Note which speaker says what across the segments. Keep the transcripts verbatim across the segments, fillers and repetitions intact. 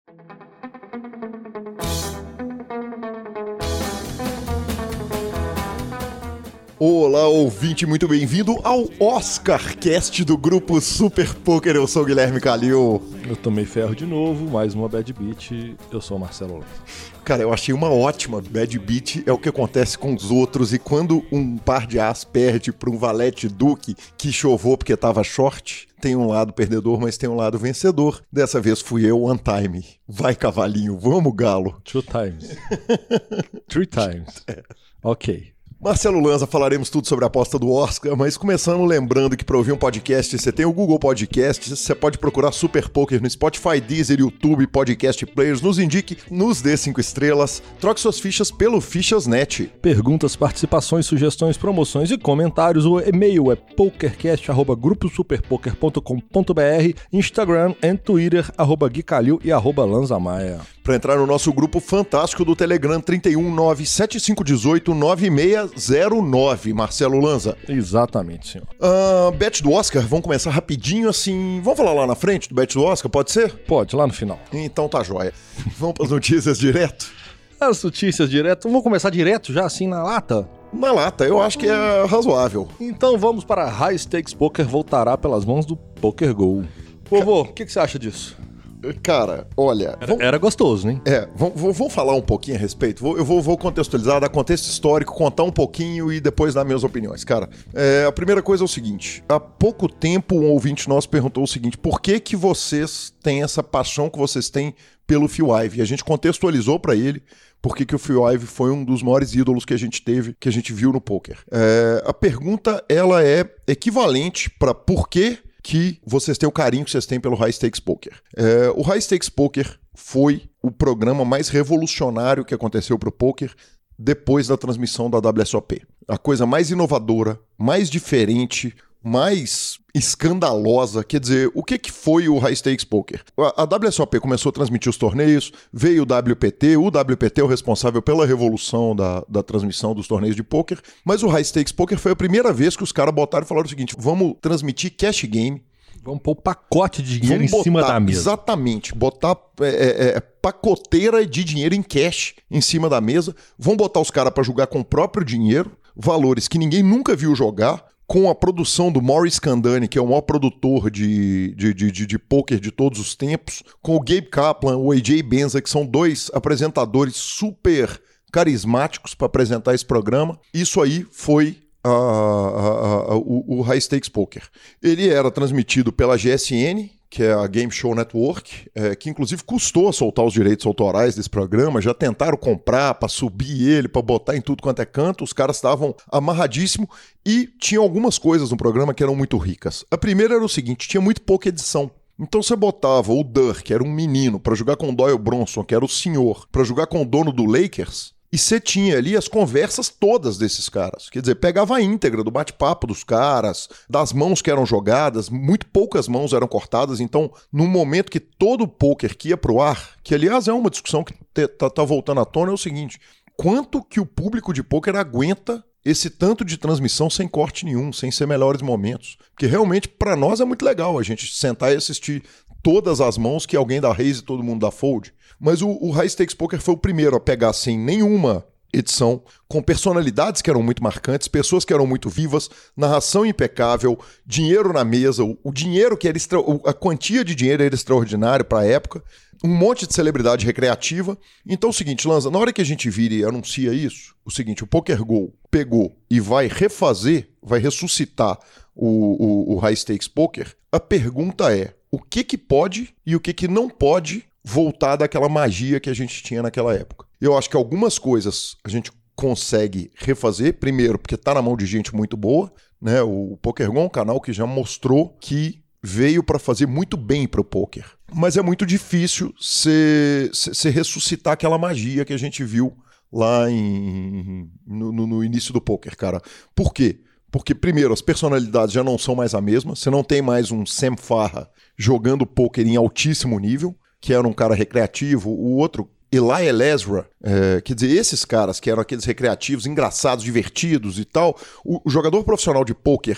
Speaker 1: Olá, ouvinte, muito bem-vindo ao OscarCast do grupo Super Poker. Eu sou o Guilherme Calil.
Speaker 2: Eu tomei ferro de novo, mais uma bad beat. Eu sou o Marcelo Lanza.
Speaker 1: Cara, eu achei uma ótima bad beat. É o que acontece com os outros. E quando um par de as perde para um valete duque que chovou porque tava short, tem um lado perdedor, mas tem um lado vencedor. Dessa vez fui eu, one time. Vai, cavalinho, vamos, galo.
Speaker 2: Two times. Three times.
Speaker 1: É.
Speaker 2: Ok.
Speaker 1: Marcelo Lanza, falaremos tudo sobre a aposta do Oscar, mas começando lembrando que para ouvir um podcast, você tem o Google Podcasts, você pode procurar Super Poker no Spotify, Deezer, YouTube, Podcast Players, nos indique, nos dê cinco estrelas, troque suas fichas pelo Fichasnet.
Speaker 2: Perguntas, participações, sugestões, promoções e comentários, o e-mail é pokercast arroba grupo superpoker ponto com ponto b r, Instagram e Twitter, arroba Gui Calil e arroba Lanza Maia.
Speaker 1: Para entrar no nosso grupo fantástico do Telegram, trinta e um, nove sete cinco um oito, nove seis zero nove, Marcelo Lanza.
Speaker 2: Exatamente, senhor.
Speaker 1: Uh, bet do Oscar, vamos começar rapidinho assim, vamos falar lá na frente do bet do Oscar, pode ser?
Speaker 2: Pode, lá no final.
Speaker 1: Então tá joia. Vamos para as notícias direto?
Speaker 2: As notícias direto, vamos começar direto já assim na lata?
Speaker 1: Na lata, eu acho que é razoável.
Speaker 2: Então vamos para High Stakes Poker voltará pelas mãos do PokerGo. Vovô, o que, que você acha disso?
Speaker 1: Cara, olha...
Speaker 2: Era,
Speaker 1: vamos,
Speaker 2: era gostoso, hein?
Speaker 1: É, vamos, vamos falar um pouquinho a respeito. Vou, eu vou, vou contextualizar, dar contexto histórico, contar um pouquinho e depois dar minhas opiniões. Cara, é, a primeira coisa é o seguinte. Há pouco tempo um ouvinte nosso perguntou o seguinte: por que que vocês têm essa paixão que vocês têm pelo Phil Ivey? E a gente contextualizou pra ele por que que o Phil Ivey foi um dos maiores ídolos que a gente teve, que a gente viu no poker. É, a pergunta, ela é equivalente pra por que que vocês têm o carinho que vocês têm pelo High Stakes Poker. É, o High Stakes Poker foi o programa mais revolucionário que aconteceu para o poker depois da transmissão da W S O P. A coisa mais inovadora, mais diferente, mais escandalosa. Quer dizer, o que, que foi o High Stakes Poker? A, a W S O P começou a transmitir os torneios, veio o W P T, o W P T é o responsável pela revolução da, da transmissão dos torneios de poker, mas o High Stakes Poker foi a primeira vez que os caras botaram e falaram o seguinte: vamos transmitir cash game.
Speaker 2: Vamos pôr um pacote de dinheiro
Speaker 1: Vamos
Speaker 2: em cima
Speaker 1: botar,
Speaker 2: da mesa.
Speaker 1: Exatamente, botar é, é, é, pacoteira de dinheiro em cash em cima da mesa. Vão botar os caras para jogar com o próprio dinheiro, valores que ninguém nunca viu jogar, com a produção do Maurice Candani, que é o maior produtor de, de, de, de, de poker de todos os tempos, com o Gabe Kaplan, o A J Benza, que são dois apresentadores super carismáticos para apresentar esse programa. Isso aí foi a, a, a, o, o High Stakes Poker. Ele era transmitido pela G S N, que é a Game Show Network, é, que inclusive custou a soltar os direitos autorais desse programa. Já tentaram comprar para subir ele, para botar em tudo quanto é canto. Os caras estavam amarradíssimos e tinha algumas coisas no programa que eram muito ricas. A primeira era o seguinte: tinha muito pouca edição. Então você botava o Durr, que era um menino, para jogar com o Doyle Bronson, que era o senhor, para jogar com o dono do Lakers, e você tinha ali as conversas todas desses caras. Quer dizer, pegava a íntegra do bate-papo dos caras, das mãos que eram jogadas, muito poucas mãos eram cortadas. Então, num momento que todo o poker que ia pro ar, que aliás é uma discussão que tá, tá voltando à tona, é o seguinte: quanto que o público de poker aguenta esse tanto de transmissão sem corte nenhum, sem ser melhores momentos? Porque realmente, para nós, é muito legal a gente sentar e assistir todas as mãos que alguém dá raise e todo mundo dá fold. Mas o, o High Stakes Poker foi o primeiro a pegar sem nenhuma edição, com personalidades que eram muito marcantes, pessoas que eram muito vivas, narração impecável, dinheiro na mesa, o, o dinheiro que era extra, a quantia de dinheiro era extraordinária para a época, um monte de celebridade recreativa. Então é o seguinte, Lanza, na hora que a gente vira e anuncia isso, o seguinte: o PokerGo pegou e vai refazer, vai ressuscitar o, o, o High Stakes Poker. A pergunta é: o que que pode e o que que não pode voltar daquela magia que a gente tinha naquela época? Eu acho que algumas coisas a gente consegue refazer, primeiro porque está na mão de gente muito boa, né? O PokerGo é um canal que já mostrou que veio para fazer muito bem para o poker, mas é muito difícil você ressuscitar aquela magia que a gente viu lá em, no, no início do poker, cara. Por quê? Porque, primeiro, as personalidades já não são mais a mesma. Você não tem mais um Sam Farha jogando poker em altíssimo nível, que era um cara recreativo. O outro, Eli Elezra, é, quer dizer, esses caras que eram aqueles recreativos, engraçados, divertidos e tal. O, o jogador profissional de poker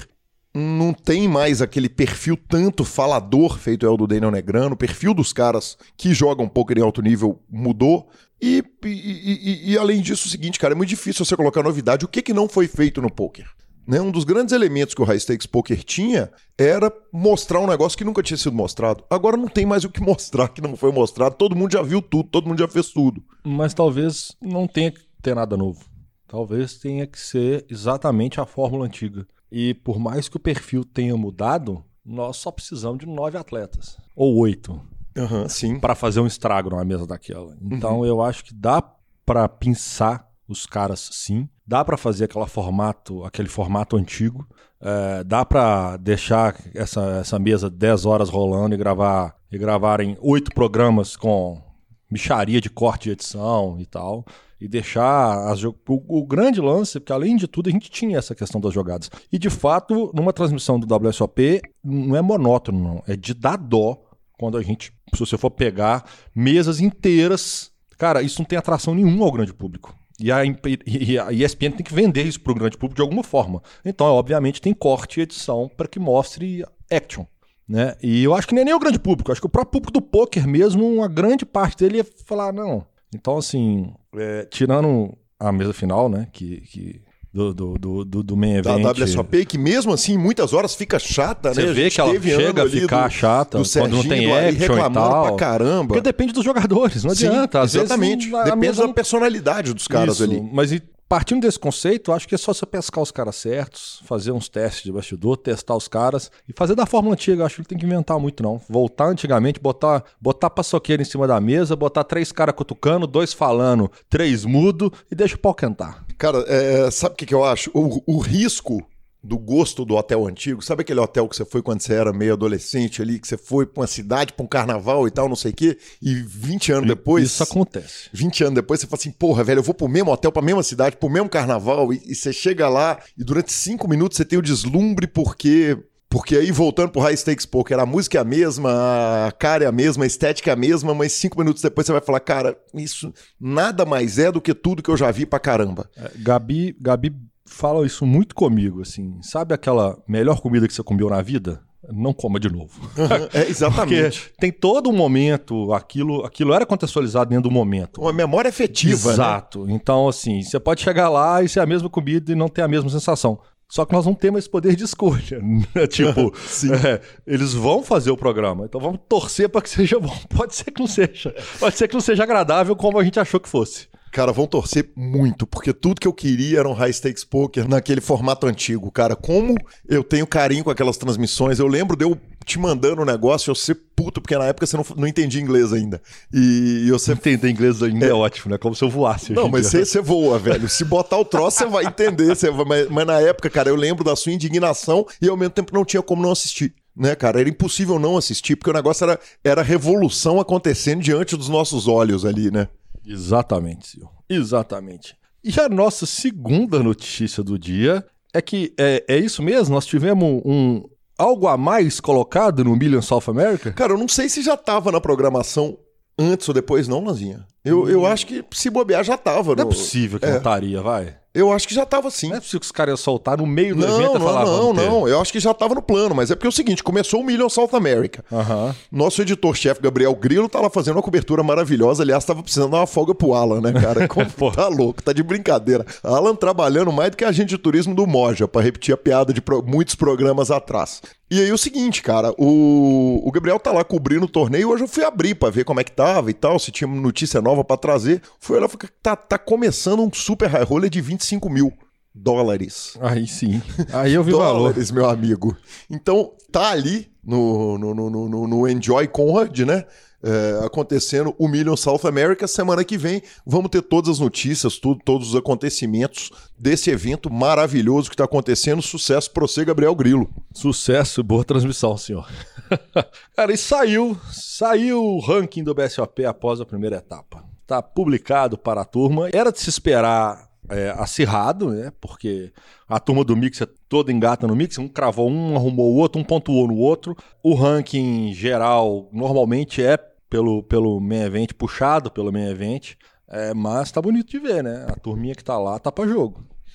Speaker 1: não tem mais aquele perfil tanto falador feito é o do Daniel Negreanu, o perfil dos caras que jogam poker em alto nível mudou. E, e, e, e além disso, o seguinte, cara, é muito difícil você colocar novidade. O que, que não foi feito no poker? Né? Um dos grandes elementos que o High Stakes Poker tinha era mostrar um negócio que nunca tinha sido mostrado. Agora não tem mais o que mostrar que não foi mostrado. Todo mundo já viu tudo, todo mundo já fez tudo.
Speaker 2: Mas talvez não tenha que ter nada novo. Talvez tenha que ser exatamente a fórmula antiga. E por mais que o perfil tenha mudado, nós só precisamos de nove atletas. Ou oito.
Speaker 1: Uhum, sim.
Speaker 2: Para fazer um estrago numa mesa daquela. Então uhum. eu acho que dá para pensar os caras sim. Dá para fazer aquela formato, aquele formato antigo. É, dá para deixar essa, essa mesa dez horas rolando e gravar e gravarem oito programas com micharia de corte de edição e tal. E deixar as, o, o grande lance, porque além de tudo a gente tinha essa questão das jogadas. E de fato, numa transmissão do W S O P, não é monótono, não. É de dar dó quando a gente, se você for pegar mesas inteiras. Cara, isso não tem atração nenhuma ao grande público. E a, e a E S P N tem que vender isso para o grande público de alguma forma. Então, obviamente, tem corte e edição para que mostre action. Né? E eu acho que nem, nem o grande público. Eu acho que o próprio público do poker mesmo, uma grande parte dele ia falar, não. Então, assim, é, tirando a mesa final, né, que, que do, do, do, do, do main event...
Speaker 1: Da W S O P, que mesmo assim, muitas horas fica chata,
Speaker 2: você
Speaker 1: né?
Speaker 2: Você vê que ela chega a ficar do, chata
Speaker 1: do
Speaker 2: quando não tem action e tal.
Speaker 1: Pra caramba.
Speaker 2: Porque depende dos jogadores, não adianta.
Speaker 1: Sim,
Speaker 2: às
Speaker 1: exatamente.
Speaker 2: Vezes,
Speaker 1: depende da
Speaker 2: não...
Speaker 1: personalidade dos caras
Speaker 2: Isso,
Speaker 1: ali.
Speaker 2: Mas e, partindo desse conceito, acho que é só você pescar os caras certos, fazer uns testes de bastidor, testar os caras e fazer da fórmula antiga. Acho que não tem que inventar muito, não. Voltar antigamente, botar, botar paçoqueira em cima da mesa, botar três caras cutucando, dois falando, três mudo e deixa o pau cantar.
Speaker 1: Cara, é, sabe o que, que eu acho? O, o risco do gosto do hotel antigo, sabe aquele hotel que você foi quando você era meio adolescente ali, que você foi pra uma cidade, pra um carnaval e tal, não sei o quê, e vinte anos depois...
Speaker 2: Isso acontece.
Speaker 1: vinte anos depois você fala assim, porra, velho, eu vou pro mesmo hotel, pra mesma cidade, pro mesmo carnaval, e, e você chega lá e durante cinco minutos você tem o deslumbre porque... Porque aí, voltando pro High Stakes Poker, a música é a mesma, a cara é a mesma, a estética é a mesma, mas cinco minutos depois você vai falar, cara, isso nada mais é do que tudo que eu já vi pra caramba.
Speaker 2: É, Gabi, Gabi fala isso muito comigo, assim, sabe aquela melhor comida que você comeu na vida? Não coma de novo.
Speaker 1: Uhum, é, exatamente.
Speaker 2: Porque tem todo um momento, aquilo, aquilo era contextualizado dentro do momento.
Speaker 1: Uma memória afetiva,
Speaker 2: Exato.
Speaker 1: Né?
Speaker 2: Então, assim, você pode chegar lá e ser a mesma comida e não ter a mesma sensação. Só que nós não temos esse poder de escolha. Tipo, é, eles vão fazer o programa, então vamos torcer para que seja bom. Pode ser que não seja. Pode ser que não seja agradável como a gente achou que fosse.
Speaker 1: Cara, vão torcer muito, porque tudo que eu queria era um High Stakes Poker naquele formato antigo, cara. Como eu tenho carinho com aquelas transmissões, eu lembro de eu te mandando um negócio, eu ser puto, porque na época você não, não entendia inglês ainda. E eu sempre...
Speaker 2: Entender inglês ainda é, é ótimo, né? Como se eu voasse.
Speaker 1: Não, mas você, você voa, velho. Se botar o troço, você vai entender. Você vai... mas, mas na época, cara, eu lembro da sua indignação e ao mesmo tempo não tinha como não assistir. Né, cara? Era impossível não assistir, porque o negócio era, era revolução acontecendo diante dos nossos olhos ali, né?
Speaker 2: Exatamente, senhor. Exatamente. E a nossa segunda notícia do dia é que é, é isso mesmo? Nós tivemos um algo a mais colocado no Million South America?
Speaker 1: Cara, eu não sei se já tava na programação antes ou depois, não, Lanzinha. Eu, hum. eu acho que se bobear já tava.
Speaker 2: Não
Speaker 1: no...
Speaker 2: é possível que é. não estaria, vai.
Speaker 1: Eu acho que já tava sim.
Speaker 2: Não é possível que os caras iam soltar no meio do
Speaker 1: não,
Speaker 2: evento e
Speaker 1: não,
Speaker 2: falar,
Speaker 1: Não, não, não. Eu acho que já tava no plano, mas é porque é o seguinte, começou o Million South America.
Speaker 2: Uhum.
Speaker 1: Nosso editor-chefe, Gabriel Grilo, tá lá fazendo uma cobertura maravilhosa. Aliás, tava precisando dar uma folga pro Alan, né, cara? Como tá louco, tá de brincadeira. Alan trabalhando mais do que agente de turismo do Moja, pra repetir a piada de pro... muitos programas atrás. E aí o seguinte, cara, o... o Gabriel tá lá cobrindo o torneio. Hoje eu fui abrir pra ver como é que tava e tal, se tinha notícia nova pra trazer. Fui olhar e falei, tá, tá começando um super high roller de vinte e cinco mil dólares.
Speaker 2: Aí sim. Aí eu vi
Speaker 1: dólares,
Speaker 2: valor.
Speaker 1: meu amigo. Então, tá ali no, no, no, no, no Enjoy Conrad, né? É, acontecendo o Million South America. Semana que vem vamos ter todas as notícias, tudo, todos os acontecimentos desse evento maravilhoso que está acontecendo. Sucesso para você, Gabriel Grilo.
Speaker 2: Sucesso, boa transmissão, senhor. Cara, e saiu, saiu o ranking do B S O P após a primeira etapa. Está publicado para a turma. Era de se esperar é, acirrado, né? Porque a turma do Mix é toda engata no Mix. Um cravou um, arrumou o outro, um pontuou no outro. O ranking geral normalmente é pelo, pelo main event, puxado pelo main event. É, mas tá bonito de ver, né? A turminha que tá lá tá pra jogo.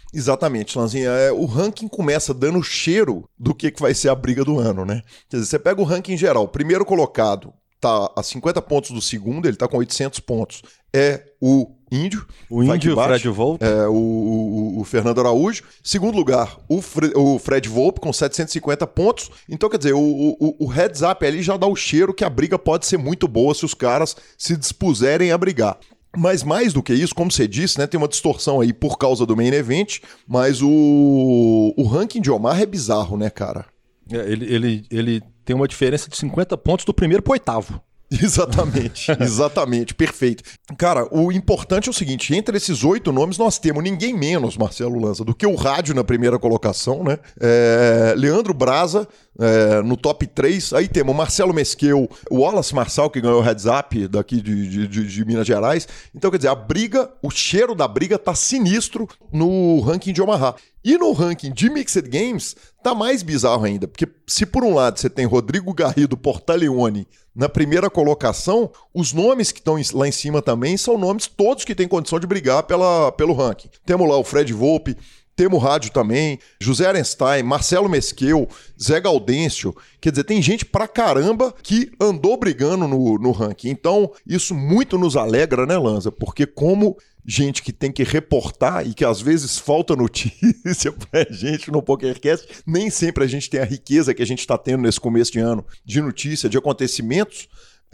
Speaker 1: Exatamente, Lanzinha. É, o ranking começa dando cheiro do que, que vai ser a briga do ano, né? Quer dizer, você pega o ranking geral, o primeiro colocado tá a cinquenta pontos do segundo, ele tá com oitocentos pontos. É o Índio.
Speaker 2: O Índio, o Fred Volpe.
Speaker 1: É, o, o, o Fernando Araújo. Segundo lugar, o, Fre, o Fred Volpe com setecentos e cinquenta pontos. Então, quer dizer, o, o, o heads up ali já dá o cheiro que a briga pode ser muito boa se os caras se dispuserem a brigar. Mas mais do que isso, como você disse, né, tem uma distorção aí por causa do main event, mas o, o ranking de Omar é bizarro, né, cara?
Speaker 2: É, ele, ele, ele tem uma diferença de cinquenta pontos do primeiro pro oitavo.
Speaker 1: Exatamente, exatamente, perfeito. Cara, o importante é o seguinte, entre esses oito nomes nós temos ninguém menos, Marcelo Lanza, do que o Rádio na primeira colocação, né? É, Leandro Braza é, no top três, aí temos o Marcelo Mesquel, o Wallace Marçal, que ganhou o heads up daqui de, de, de, de Minas Gerais. Então, quer dizer, a briga, o cheiro da briga tá sinistro no ranking de Omaha. E no ranking de Mixed Games, tá mais bizarro ainda, porque se por um lado você tem Rodrigo Garrido Portaleone na primeira colocação, os nomes que estão lá em cima também são nomes todos que têm condição de brigar pela, pelo ranking. Temos lá o Fred Volpe, temos o Rádio também, José Arenstein, Marcelo Mesquel, Zé Gaudêncio. Quer dizer, tem gente pra caramba que andou brigando no, no ranking. Então, isso muito nos alegra, né, Lanza? Porque como gente que tem que reportar e que às vezes falta notícia pra gente no PokerCast, nem sempre a gente tem a riqueza que a gente tá tendo nesse começo de ano de notícia, de acontecimentos.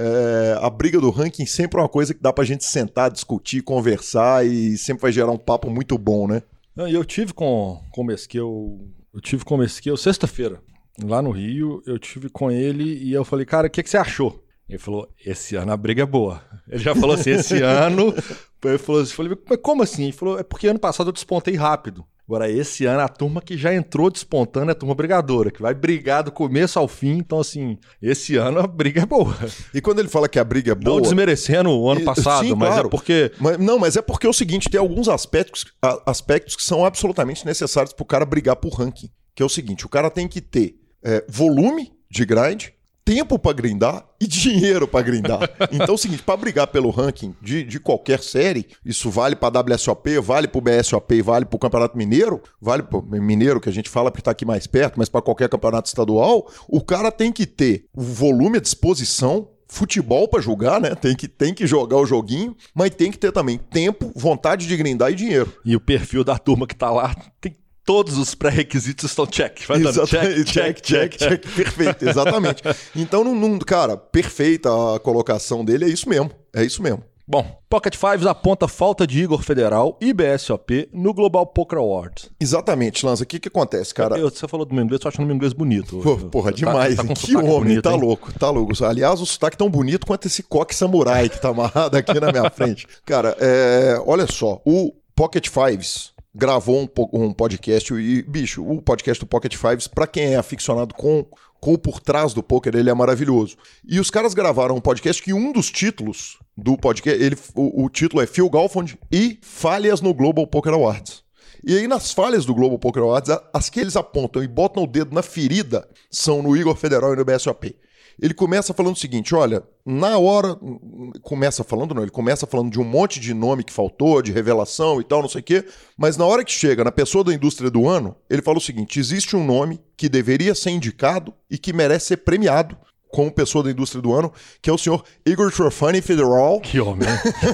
Speaker 1: É, a briga do ranking sempre é uma coisa que dá pra gente sentar, discutir, conversar e sempre vai gerar um papo muito bom, né?
Speaker 2: E eu tive com, com o Mesquel, eu tive com o Mesquel sexta-feira, lá no Rio, eu tive com ele e eu falei, cara, o que, que você achou? Ele falou, esse ano a briga é boa. Ele já falou assim, esse ano... Ele falou assim, eu falei, mas como assim? Ele falou, é porque ano passado eu despontei rápido. Agora, esse ano, a turma que já entrou despontando é a turma brigadora, que vai brigar do começo ao fim. Então, assim, esse ano a briga é boa.
Speaker 1: E quando ele fala que a briga é boa...
Speaker 2: Não desmerecendo o ano
Speaker 1: e,
Speaker 2: passado,
Speaker 1: sim,
Speaker 2: mas
Speaker 1: claro.
Speaker 2: é porque...
Speaker 1: Mas, não, mas é porque é o seguinte, tem alguns aspectos, aspectos que são absolutamente necessários pro cara brigar por ranking. Que é o seguinte, o cara tem que ter é, volume de grind, tempo para grindar e dinheiro para grindar. Então é o seguinte, para brigar pelo ranking de, de qualquer série, isso vale para W S O P, vale para o B S O P e vale para o Campeonato Mineiro, vale para o Mineiro, que a gente fala porque está aqui mais perto, mas para qualquer campeonato estadual, o cara tem que ter o volume à disposição, futebol para jogar, né? Tem que, tem que jogar o joguinho, mas tem que ter também tempo, vontade de grindar e dinheiro.
Speaker 2: E o perfil da turma que tá lá tem todos os pré-requisitos estão check. Vai dando check, check, check, check.
Speaker 1: Perfeito, exatamente. Então, não, não, cara, perfeita a colocação dele, é isso mesmo. É isso mesmo.
Speaker 2: Bom, Pocket Fives aponta falta de Igor Federal e B S O P no Global Poker Awards.
Speaker 1: Exatamente, Lanza. O que que acontece, cara?
Speaker 2: Eu, você falou do meu inglês, tô achando o meu inglês bonito.
Speaker 1: Pô, porra, demais. Tá, tá que homem, bonito, tá hein? louco, tá louco. Aliás, o sotaque tão bonito quanto esse coque samurai que tá amarrado aqui na minha frente. Cara, é, olha só, o Pocket Fives gravou um, um podcast e, bicho, o podcast do Pocket Fives, pra quem é aficionado com, com o por trás do poker, ele é maravilhoso. E os caras gravaram um podcast que um dos títulos do podcast, ele, o, o título é Phil Galfond e Falhas no Global Poker Awards. E aí, nas falhas do Global Poker Awards, as que eles apontam e botam o dedo na ferida são no Igor Federal e no B S O P. Ele começa falando o seguinte, olha, na hora... Começa falando, não, ele começa falando de um monte de nome que faltou, de revelação e tal, não sei o quê, mas na hora que chega na pessoa da indústria do ano, ele fala o seguinte, existe um nome que deveria ser indicado e que merece ser premiado como pessoa da indústria do ano, que é o senhor Igor Trofani Federal.
Speaker 2: Que homem,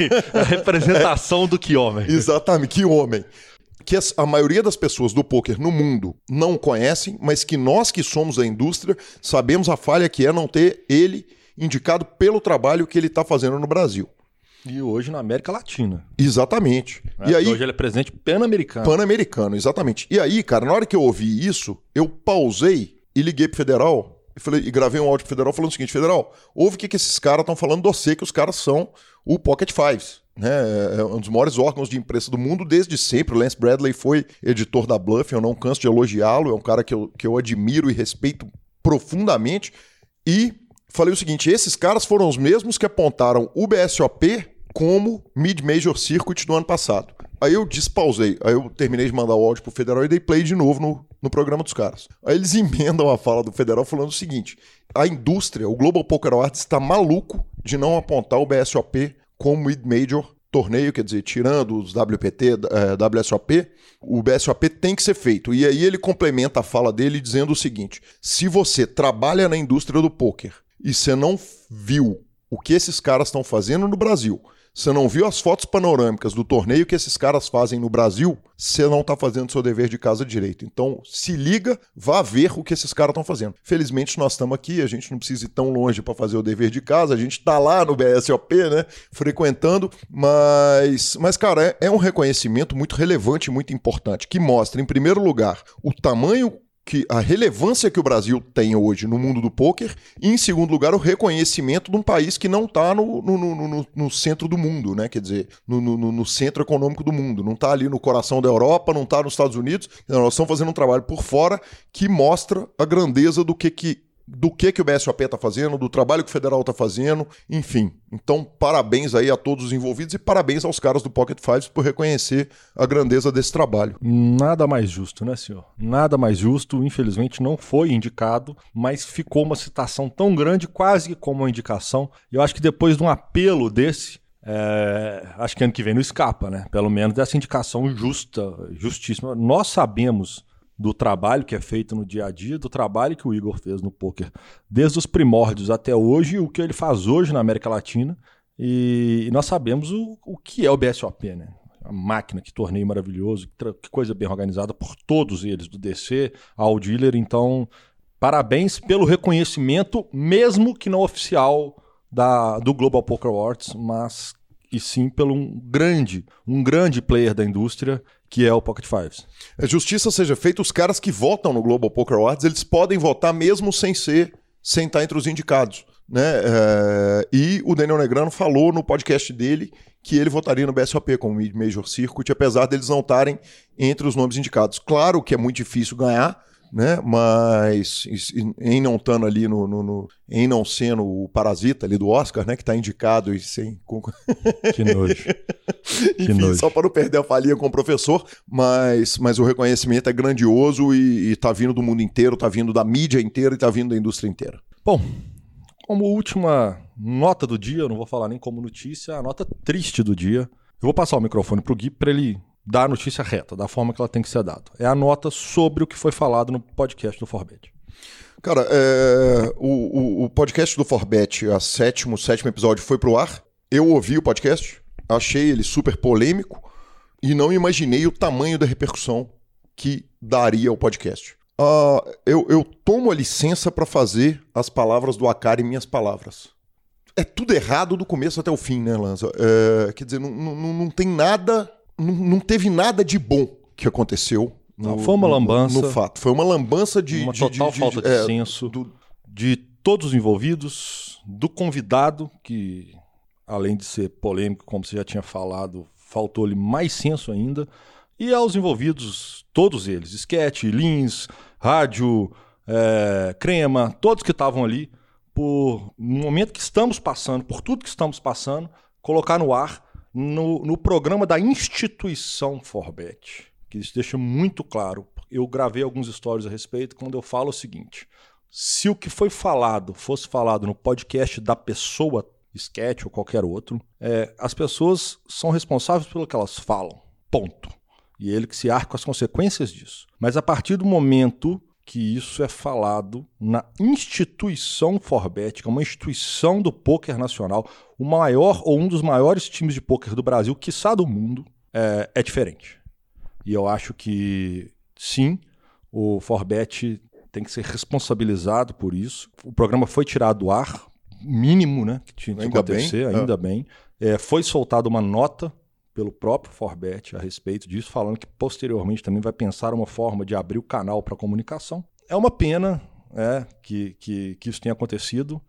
Speaker 2: a representação do que homem.
Speaker 1: Exatamente, que homem. Que a maioria das pessoas do poker no mundo não conhecem, mas que nós que somos da indústria sabemos a falha que é não ter ele indicado pelo trabalho que ele está fazendo no Brasil.
Speaker 2: E hoje na América Latina.
Speaker 1: Exatamente.
Speaker 2: É,
Speaker 1: e aí,
Speaker 2: hoje ele é presidente pan-americano.
Speaker 1: Pan-americano, exatamente. E aí, cara, na hora que eu ouvi isso, eu pausei e liguei pro Federal e, falei, e gravei um áudio pro Federal falando o seguinte, Federal, ouve o que, que esses caras estão falando de você, que os caras são o Pocket Fives. Né, é um dos maiores órgãos de imprensa do mundo desde sempre. O Lance Bradley foi editor da Bluff, eu não canso de elogiá-lo, é um cara que eu, que eu admiro e respeito profundamente. E falei o seguinte, esses caras foram os mesmos que apontaram o B S O P como Mid-Major Circuit no ano passado. Aí eu despausei, aí eu terminei de mandar o áudio pro Federal e dei play de novo no, no programa dos caras. Aí eles emendam a fala do Federal falando o seguinte, a indústria, o Global Poker Awards está maluco de não apontar o B S O P como mid-major torneio, quer dizer, tirando os W P T, eh, W S O P, o B S O P tem que ser feito. E aí ele complementa a fala dele dizendo o seguinte: se você trabalha na indústria do pôquer e você não viu o que esses caras estão fazendo no Brasil, você não viu as fotos panorâmicas do torneio que esses caras fazem no Brasil, você não está fazendo seu dever de casa direito. Então, se liga, vá ver o que esses caras estão fazendo. Felizmente, nós estamos aqui, a gente não precisa ir tão longe para fazer o dever de casa, a gente está lá no B S O P, né, frequentando, mas, mas cara, é, é um reconhecimento muito relevante e muito importante, que mostra, em primeiro lugar, o tamanho que a relevância que o Brasil tem hoje no mundo do pôquer e, em segundo lugar, o reconhecimento de um país que não está no, no, no, no, no centro do mundo, né? Quer dizer, no, no, no centro econômico do mundo. Não está ali no coração da Europa, não está nos Estados Unidos. Não, nós estamos fazendo um trabalho por fora que mostra a grandeza do que, que, do que, que o B S O P está fazendo, do trabalho que o Federal está fazendo, enfim. Então, parabéns aí a todos os envolvidos e parabéns aos caras do Pocket Fives por reconhecer a grandeza desse trabalho.
Speaker 2: Nada mais justo, né, senhor? Nada mais justo. Infelizmente não foi indicado, mas ficou uma citação tão grande, quase como uma indicação. Eu acho que depois de um apelo desse, é, acho que ano que vem não escapa, né? Pelo menos dessa indicação justa, justíssima. Nós sabemos do trabalho que é feito no dia a dia, do trabalho que o Igor fez no pôquer, desde os primórdios até hoje, o que ele faz hoje na América Latina, e, e nós sabemos o, o que é o B S O P, né? A máquina, que torneio maravilhoso, que, que coisa bem organizada por todos eles, do D C ao dealer. Então, parabéns pelo reconhecimento, mesmo que não oficial, da, do Global Poker Awards, mas e sim pelo um grande, um grande player da indústria, que é o Pocket Fives.
Speaker 1: A justiça seja feita, os caras que votam no Global Poker Awards, eles podem votar mesmo sem ser, sem estar entre os indicados, né? É, e o Daniel Negrano falou no podcast dele que ele votaria no B S O P como Major Circuit, apesar deles não estarem entre os nomes indicados. Claro que é muito difícil ganhar, né? Mas em não estando ali no, no, no em não sendo o parasita ali do Oscar, né, que está indicado e sem
Speaker 2: que nojo.
Speaker 1: Enfim,
Speaker 2: que nojo.
Speaker 1: Só para não perder a falinha com o professor, mas, mas o reconhecimento é grandioso e está vindo do mundo inteiro, está vindo da mídia inteira e está vindo da indústria inteira.
Speaker 2: Bom, como última nota do dia, eu não vou falar nem como notícia, a nota triste do dia. Eu vou passar o microfone para o Gui para ele dar a notícia reta, da forma que ela tem que ser dada. É a nota sobre o que foi falado no podcast do Forbet.
Speaker 1: Cara, é, o, o, o podcast do Forbet, a sétimo, o sétimo episódio foi pro ar. Eu ouvi o podcast, achei ele super polêmico e não imaginei o tamanho da repercussão que daria ao podcast. Uh, eu, eu tomo a licença para fazer as palavras do Akari minhas palavras. É tudo errado do começo até o fim, né, Lanza? É, quer dizer, não, não, não tem nada... Não, não teve nada de bom que aconteceu. No,
Speaker 2: não, foi uma lambança.
Speaker 1: No, no fato. Foi uma lambança de...
Speaker 2: Uma
Speaker 1: de,
Speaker 2: total
Speaker 1: de, de,
Speaker 2: falta de,
Speaker 1: de é,
Speaker 2: senso
Speaker 1: do...
Speaker 2: de todos os envolvidos, do convidado, que além de ser polêmico, como você já tinha falado, faltou-lhe mais senso ainda, e aos envolvidos, todos eles, Sketch, Lins, Rádio, é, Crema, todos que estavam ali, por no momento que estamos passando, por tudo que estamos passando, colocar no ar No, no programa da instituição Forbet, que isso deixa muito claro. Eu gravei alguns stories a respeito quando eu falo o seguinte: se o que foi falado fosse falado no podcast da pessoa, Sketch ou qualquer outro, é, as pessoas são responsáveis pelo que elas falam, ponto. E ele que se arca com as consequências disso. Mas a partir do momento que isso é falado na instituição Forbet, que é uma instituição do pôquer nacional, o maior ou um dos maiores times de pôquer do Brasil, quiçá do mundo, é, é diferente. E eu acho que, sim, o Forbet tem que ser responsabilizado por isso. O programa foi tirado do ar, mínimo, né, que tinha que
Speaker 1: ainda
Speaker 2: acontecer,
Speaker 1: bem,
Speaker 2: ainda
Speaker 1: é.
Speaker 2: bem. É, foi soltada uma nota pelo próprio Forbet a respeito disso, falando que posteriormente também vai pensar uma forma de abrir o canal para comunicação. É uma pena é, que, que, que isso tenha acontecido.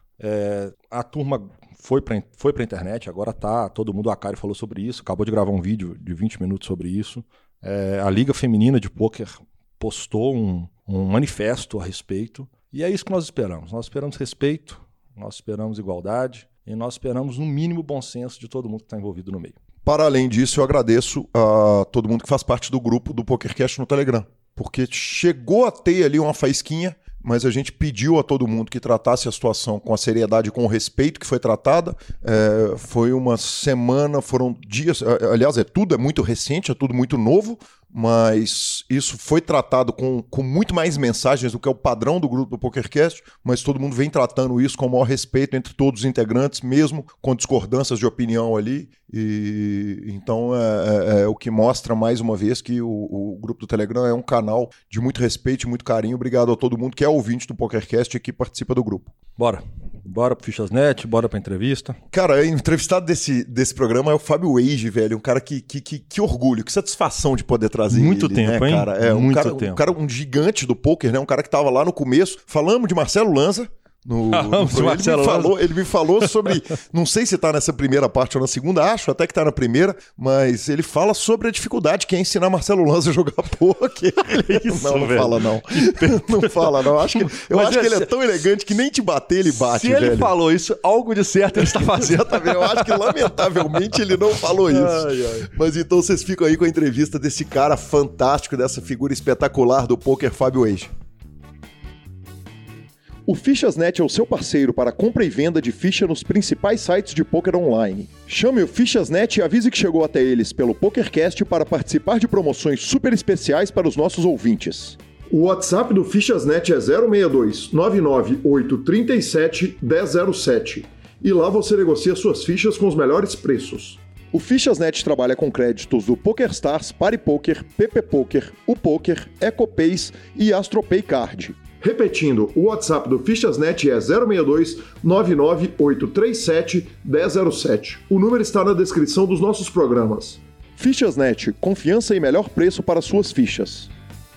Speaker 2: É, a turma foi para foi para a internet, agora tá, todo mundo, a Akari falou sobre isso, acabou de gravar um vídeo de vinte minutos sobre isso. É, a Liga Feminina de Pôquer postou um, um manifesto a respeito, e é isso que nós esperamos. Nós esperamos respeito, nós esperamos igualdade, e nós esperamos, no mínimo, bom senso de todo mundo que está envolvido no meio.
Speaker 1: Para além disso, eu agradeço a todo mundo que faz parte do grupo do PokerCast no Telegram, porque chegou a ter ali uma faísquinha, mas a gente pediu a todo mundo que tratasse a situação com a seriedade e com o respeito que foi tratada. É, foi uma semana, foram dias, aliás, é tudo, é muito recente, é tudo muito novo, mas isso foi tratado com, com muito mais mensagens do que é o padrão do grupo do PokerCast, mas todo mundo vem tratando isso com o maior respeito entre todos os integrantes, mesmo com discordâncias de opinião ali. E então é, é, é o que mostra mais uma vez que o, o grupo do Telegram é um canal de muito respeito e muito carinho. Obrigado a todo mundo que é ouvinte do PokerCast e que participa do grupo.
Speaker 2: Bora. Bora pro Fichasnet, bora pra entrevista.
Speaker 1: Cara, o entrevistado desse, desse programa é o Fábio Wage, velho. Um cara que, que, que, que orgulho, que satisfação de poder trazer
Speaker 2: Muito
Speaker 1: ele,
Speaker 2: tempo,
Speaker 1: né,
Speaker 2: hein?
Speaker 1: cara? É, um
Speaker 2: Muito
Speaker 1: cara,
Speaker 2: tempo.
Speaker 1: Um cara, um gigante do poker, né? Um cara que tava lá no começo. Falamos de Marcelo Lanza. No,
Speaker 2: Falamos
Speaker 1: no,
Speaker 2: de Marcelo
Speaker 1: ele, me
Speaker 2: Lanza.
Speaker 1: falou, ele me falou sobre, não sei se tá nessa primeira parte ou na segunda, acho até que tá na primeira, mas ele fala sobre a dificuldade que é ensinar Marcelo Lanza a jogar poker.
Speaker 2: Isso,
Speaker 1: não, não
Speaker 2: velho.
Speaker 1: fala não. Não fala não. Acho que, eu
Speaker 2: Mas
Speaker 1: acho que ele é
Speaker 2: se-
Speaker 1: tão elegante que nem te bater ele bate,
Speaker 2: Se
Speaker 1: velho.
Speaker 2: ele falou isso, algo de certo ele está fazendo.
Speaker 1: Exatamente, eu acho que lamentavelmente ele não falou isso.
Speaker 2: Ai, ai.
Speaker 1: Mas então vocês ficam aí com a entrevista desse cara fantástico, dessa figura espetacular do poker, Fábio Wage. O Fichasnet é o seu parceiro para compra e venda de ficha nos principais sites de poker online. Chame o Fichasnet e avise que chegou até eles pelo PokerCast para participar de promoções super especiais para os nossos ouvintes. O WhatsApp do Fichasnet é zero seis dois nove nove oito três sete um zero zero sete e lá você negocia suas fichas com os melhores preços. O Fichasnet trabalha com créditos do PokerStars, PariPoker, P P Poker, o Poker, EcoPays e AstroPay Card. Repetindo, o WhatsApp do Fichasnet é zero seis dois nove nove oito três sete um zero zero sete. O número está na descrição dos nossos programas. Fichasnet, confiança e melhor preço para suas fichas.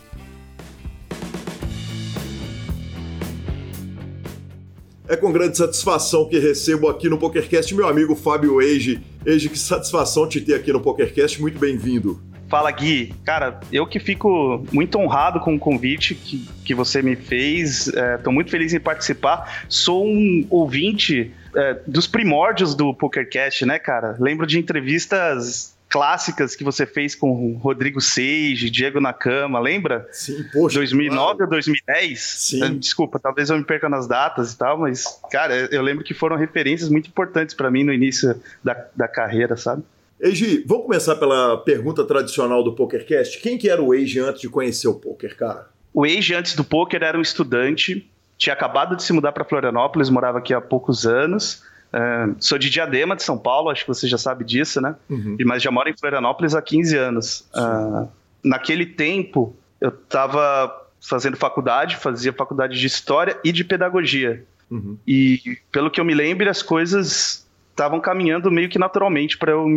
Speaker 1: É com grande satisfação que recebo aqui no PokerCast meu amigo Fábio Wage. Wage, que satisfação te ter aqui no PokerCast, muito bem-vindo.
Speaker 3: Fala, Gui. Cara, eu que fico muito honrado com o convite que, que você me fez. Estou muito feliz em participar. Sou um ouvinte é, dos primórdios do PokerCast, né, cara? Lembro de entrevistas clássicas que você fez com Rodrigo Sage, Diego Nakama, lembra?
Speaker 1: Sim, poxa.
Speaker 3: dois mil e nove
Speaker 1: claro.
Speaker 3: ou dois mil e dez?
Speaker 1: Sim.
Speaker 3: Desculpa, talvez eu me perca nas datas e tal, mas, cara, eu lembro que foram referências muito importantes para mim no início da, da carreira, sabe?
Speaker 1: Eiji, vamos começar pela pergunta tradicional do PokerCast. Quem que era o Eiji antes de conhecer o poker, cara?
Speaker 3: O Eiji, antes do poker, era um estudante, tinha acabado de se mudar para Florianópolis, morava aqui há poucos anos. Uh, sou de Diadema, de São Paulo, acho que você já sabe disso, né?
Speaker 1: Uhum.
Speaker 3: E, mas já moro em Florianópolis há quinze anos. Uh, naquele tempo, eu estava fazendo faculdade, fazia faculdade de História e de Pedagogia.
Speaker 1: Uhum.
Speaker 3: E, pelo que eu me lembro, as coisas estavam caminhando meio que naturalmente para eu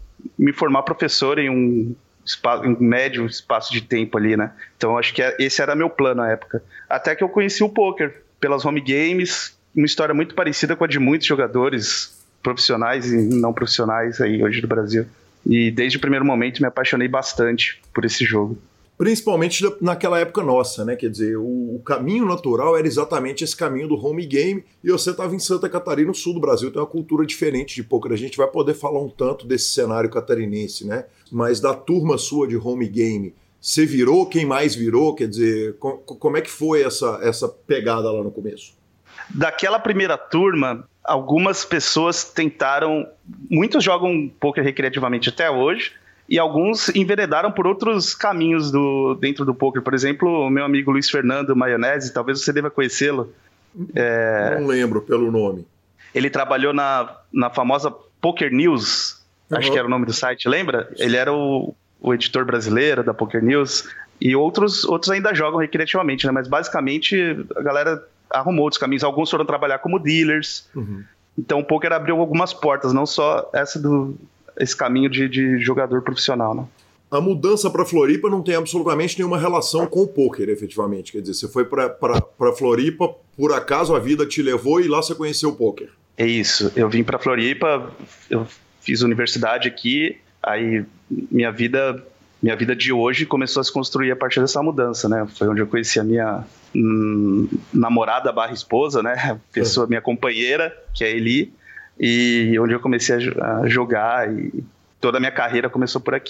Speaker 3: me formar professor em um, espaço, em um médio espaço de tempo ali, né? Então, acho que esse era meu plano na época. Até que eu conheci o poker pelas home games, uma história muito parecida com a de muitos jogadores profissionais e não profissionais aí hoje do Brasil. E desde o primeiro momento me apaixonei bastante por esse jogo.
Speaker 1: Principalmente naquela época nossa, né? Quer dizer, o, o caminho natural era exatamente esse caminho do home game, e você estava em Santa Catarina, no sul do Brasil, tem uma cultura diferente de poker. A gente vai poder falar um tanto desse cenário catarinense, né? Mas da turma sua de home game, você virou? Quem mais virou? Quer dizer, com, como é que foi essa, essa pegada lá no começo?
Speaker 3: Daquela primeira turma, algumas pessoas tentaram... Muitos jogam poker recreativamente até hoje, e alguns enveredaram por outros caminhos do, dentro do poker. Por exemplo, o meu amigo Luiz Fernando Maionese, talvez você deva conhecê-lo.
Speaker 1: É... Não lembro pelo nome.
Speaker 3: Ele trabalhou na, na famosa Poker News, uhum. Acho que era o nome do site, lembra? Ele era o, o editor brasileiro da Poker News, e outros, outros ainda jogam recreativamente, né? Mas basicamente a galera arrumou outros caminhos. Alguns foram trabalhar como dealers. Uhum. Então o poker abriu algumas portas, não só essa do... esse caminho de, de jogador profissional, né?
Speaker 1: A mudança para Floripa não tem absolutamente nenhuma relação com o poker, efetivamente. Quer dizer, você foi para Floripa, por acaso a vida te levou e lá você conheceu o poker.
Speaker 3: É isso. Eu vim para Floripa, eu fiz universidade aqui, aí minha vida, minha vida de hoje começou a se construir a partir dessa mudança, né? Foi onde eu conheci a minha hum, namorada barra esposa, né? Pessoa, é. Minha companheira, que é a Eli, e onde eu comecei a jogar, e toda a minha carreira começou por aqui.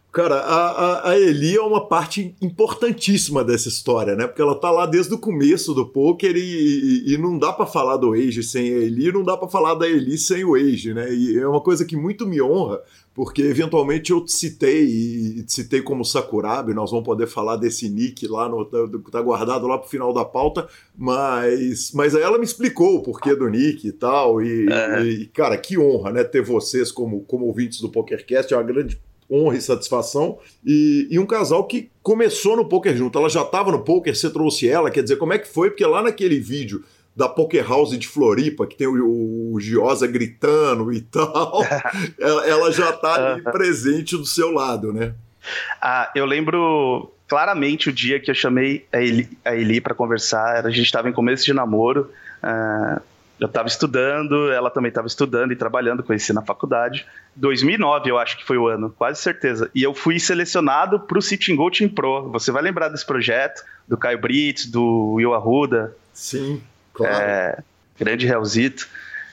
Speaker 1: Cara, a, a, a Eli é uma parte importantíssima dessa história, né? Porque ela tá lá desde o começo do poker e, e, e não dá pra falar do Age sem a Eli, não dá pra falar da Eli sem o Age, né? E é uma coisa que muito me honra, porque eventualmente eu te citei, e te citei como Sakurabe, nós vamos poder falar desse nick lá, no, tá guardado lá pro final da pauta, mas, mas aí ela me explicou o porquê do nick e tal, e, é. e cara, que honra, né? Ter vocês como, como ouvintes do PokerCast, é uma grande honra e satisfação, e, e um casal que começou no poker junto, ela já estava no poker, você trouxe ela, quer dizer, como é que foi? Porque lá naquele vídeo da Poker House de Floripa, que tem o, o Giosa gritando e tal, ela, ela já está ali presente do seu lado, né?
Speaker 3: Ah, eu lembro claramente o dia que eu chamei a Eli, a Eli para conversar, a gente estava em começo de namoro, uh, eu estava estudando, ela também estava estudando e trabalhando, conheci na faculdade. dois mil e nove, eu acho que foi o ano, quase certeza. E eu fui selecionado para o Sitting Gold Team Pro. Você vai lembrar desse projeto, do Caio Brits, do Will Arruda.
Speaker 1: Sim, claro.
Speaker 3: É, grande Realzito.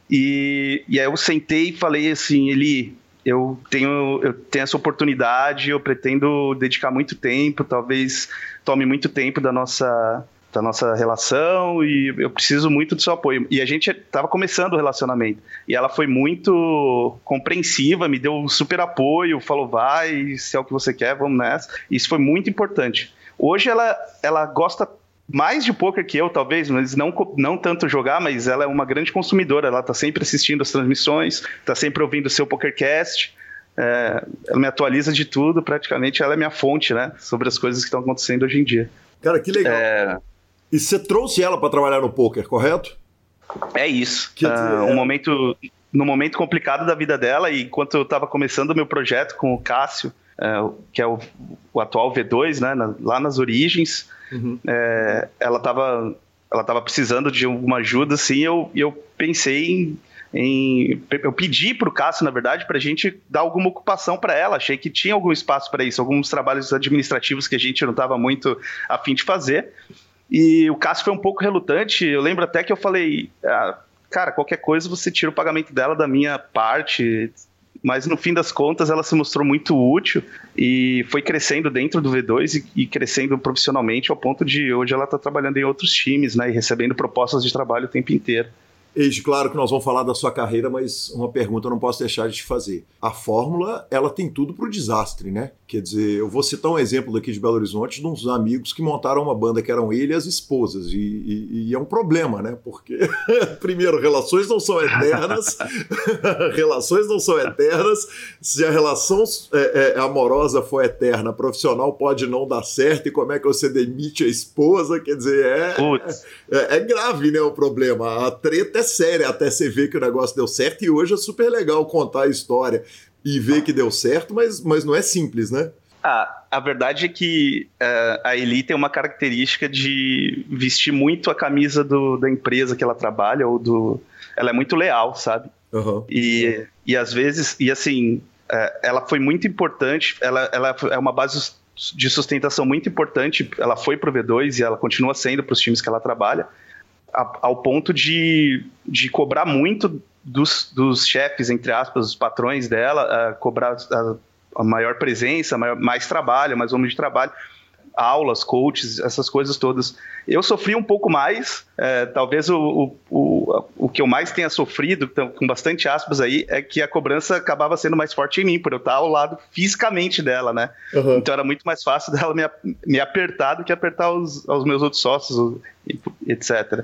Speaker 3: E, e aí eu sentei e falei assim, Eli, eu tenho, eu tenho essa oportunidade, eu pretendo dedicar muito tempo, talvez tome muito tempo da nossa... da nossa relação e eu preciso muito do seu apoio. E a gente estava começando o relacionamento. E ela foi muito compreensiva, me deu um super apoio, falou, vai, se é o que você quer, vamos nessa. Isso foi muito importante. Hoje ela, ela gosta mais de poker que eu, talvez, mas não, não tanto jogar, mas ela é uma grande consumidora. Ela está sempre assistindo as transmissões, está sempre ouvindo o seu PokerCast. É, ela me atualiza de tudo, praticamente ela é minha fonte, né, sobre as coisas que estão acontecendo hoje em dia.
Speaker 1: Cara, que legal.
Speaker 3: É...
Speaker 1: E você trouxe ela para trabalhar no poker, correto?
Speaker 3: É isso. Uh, um momento, no momento complicado da vida dela, e enquanto eu estava começando o meu projeto com o Cássio, uh, que é o, o atual V dois, né, na, lá nas origens, uhum. uh, ela estava ela tava precisando de alguma ajuda, assim, eu, eu pensei em, em... Eu pedi para o Cássio, na verdade, para a gente dar alguma ocupação para ela. Achei que tinha algum espaço para isso, alguns trabalhos administrativos que a gente não estava muito a fim de fazer. E o Cássio foi um pouco relutante. Eu lembro até que eu falei, ah, cara, qualquer coisa você tira o pagamento dela da minha parte. Mas no fim das contas ela se mostrou muito útil e foi crescendo dentro do V dois e, e crescendo profissionalmente ao ponto de hoje ela está trabalhando em outros times, né, e recebendo propostas de trabalho o tempo inteiro.
Speaker 1: Eide, claro que nós vamos falar da sua carreira, mas uma pergunta eu não posso deixar de te fazer. A fórmula, ela tem tudo pro desastre, né? Quer dizer, eu vou citar um exemplo daqui de Belo Horizonte de uns amigos que montaram uma banda que eram ele e as esposas, e, e, e é um problema, né? Porque, primeiro, relações não são eternas, relações não são eternas, se a relação é, é, amorosa for eterna, profissional pode não dar certo, e como é que você demite a esposa? Quer dizer, é, é, é grave, né, o problema. A treta é séria até você ver que o negócio deu certo, e hoje é super legal contar a história e ver que deu certo, mas, mas não é simples, né?
Speaker 3: Ah, a verdade é que uh, a Eli tem uma característica de vestir muito a camisa do, da empresa que ela trabalha, ou do... ela é muito leal, sabe? Uhum. E, e às vezes, e assim, uh, ela foi muito importante, ela, ela é uma base de sustentação muito importante, ela foi pro V dois e ela continua sendo para os times que ela trabalha, ao ponto de, de cobrar muito dos, dos chefes, entre aspas, os patrões dela, uh, cobrar a, a maior presença, a maior, mais trabalho, mais volume de trabalho, aulas, coaches, essas coisas todas. Eu sofri um pouco mais, é, talvez o, o, o, o que eu mais tenha sofrido, então, com bastante aspas aí, é que a cobrança acabava ssendo mais forte em mim, por eu estar ao lado fisicamente dela, né? Uhum. Então era muito mais fácil dela me, me apertar do que apertar os, os meus outros sócios, etcétera.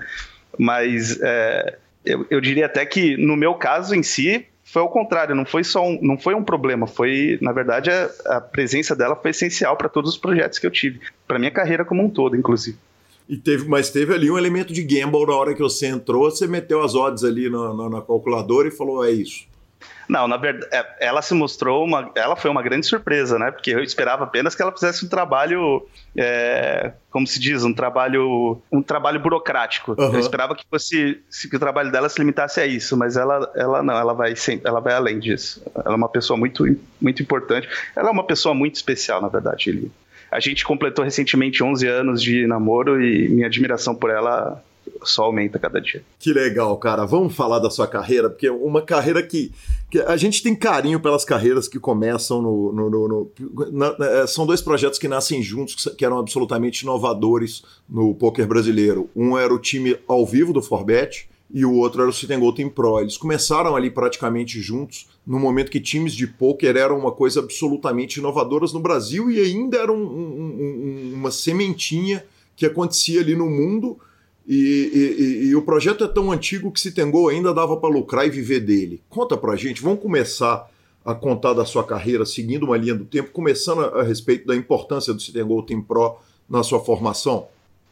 Speaker 3: Mas é, eu, eu diria até que, no meu caso em si, foi ao contrário, não foi só um, não foi um problema, foi, na verdade, a, a presença dela foi essencial para todos os projetos que eu tive, para minha carreira como um todo, inclusive.
Speaker 1: E teve, mas teve ali um elemento de gamble na hora que você entrou, você meteu as odds ali na, na, na calculadora e falou, é isso.
Speaker 3: Não, na verdade, ela se mostrou uma, ela foi uma grande surpresa, né? Porque eu esperava apenas que ela fizesse um trabalho, é, como se diz, um trabalho, um trabalho burocrático. Uhum. Eu esperava que fosse, que o trabalho dela se limitasse a isso, mas ela, ela não, ela vai sempre, ela vai além disso. Ela é uma pessoa muito, muito importante. Ela é uma pessoa muito especial, na verdade, Eli. A gente completou recentemente onze anos de namoro e minha admiração por ela só aumenta cada dia.
Speaker 1: Que legal, cara. Vamos falar da sua carreira, porque uma carreira que, que a gente tem carinho pelas carreiras que começam no... no, no, no na, são dois projetos que nascem juntos, que eram absolutamente inovadores no poker brasileiro. Um era o time ao vivo do Forbet, e o outro era o Sit and Go Team Pro. Eles começaram ali praticamente juntos, no momento que times de pôquer eram uma coisa absolutamente inovadoras no Brasil e ainda era um, um, um, uma sementinha que acontecia ali no mundo. E, e, e o projeto é tão antigo que Sit and Go ainda dava para lucrar e viver dele. Conta pra gente, vamos começar a contar da sua carreira, seguindo uma linha do tempo, começando a, a respeito da importância do Sit and Go Team Pro na sua formação.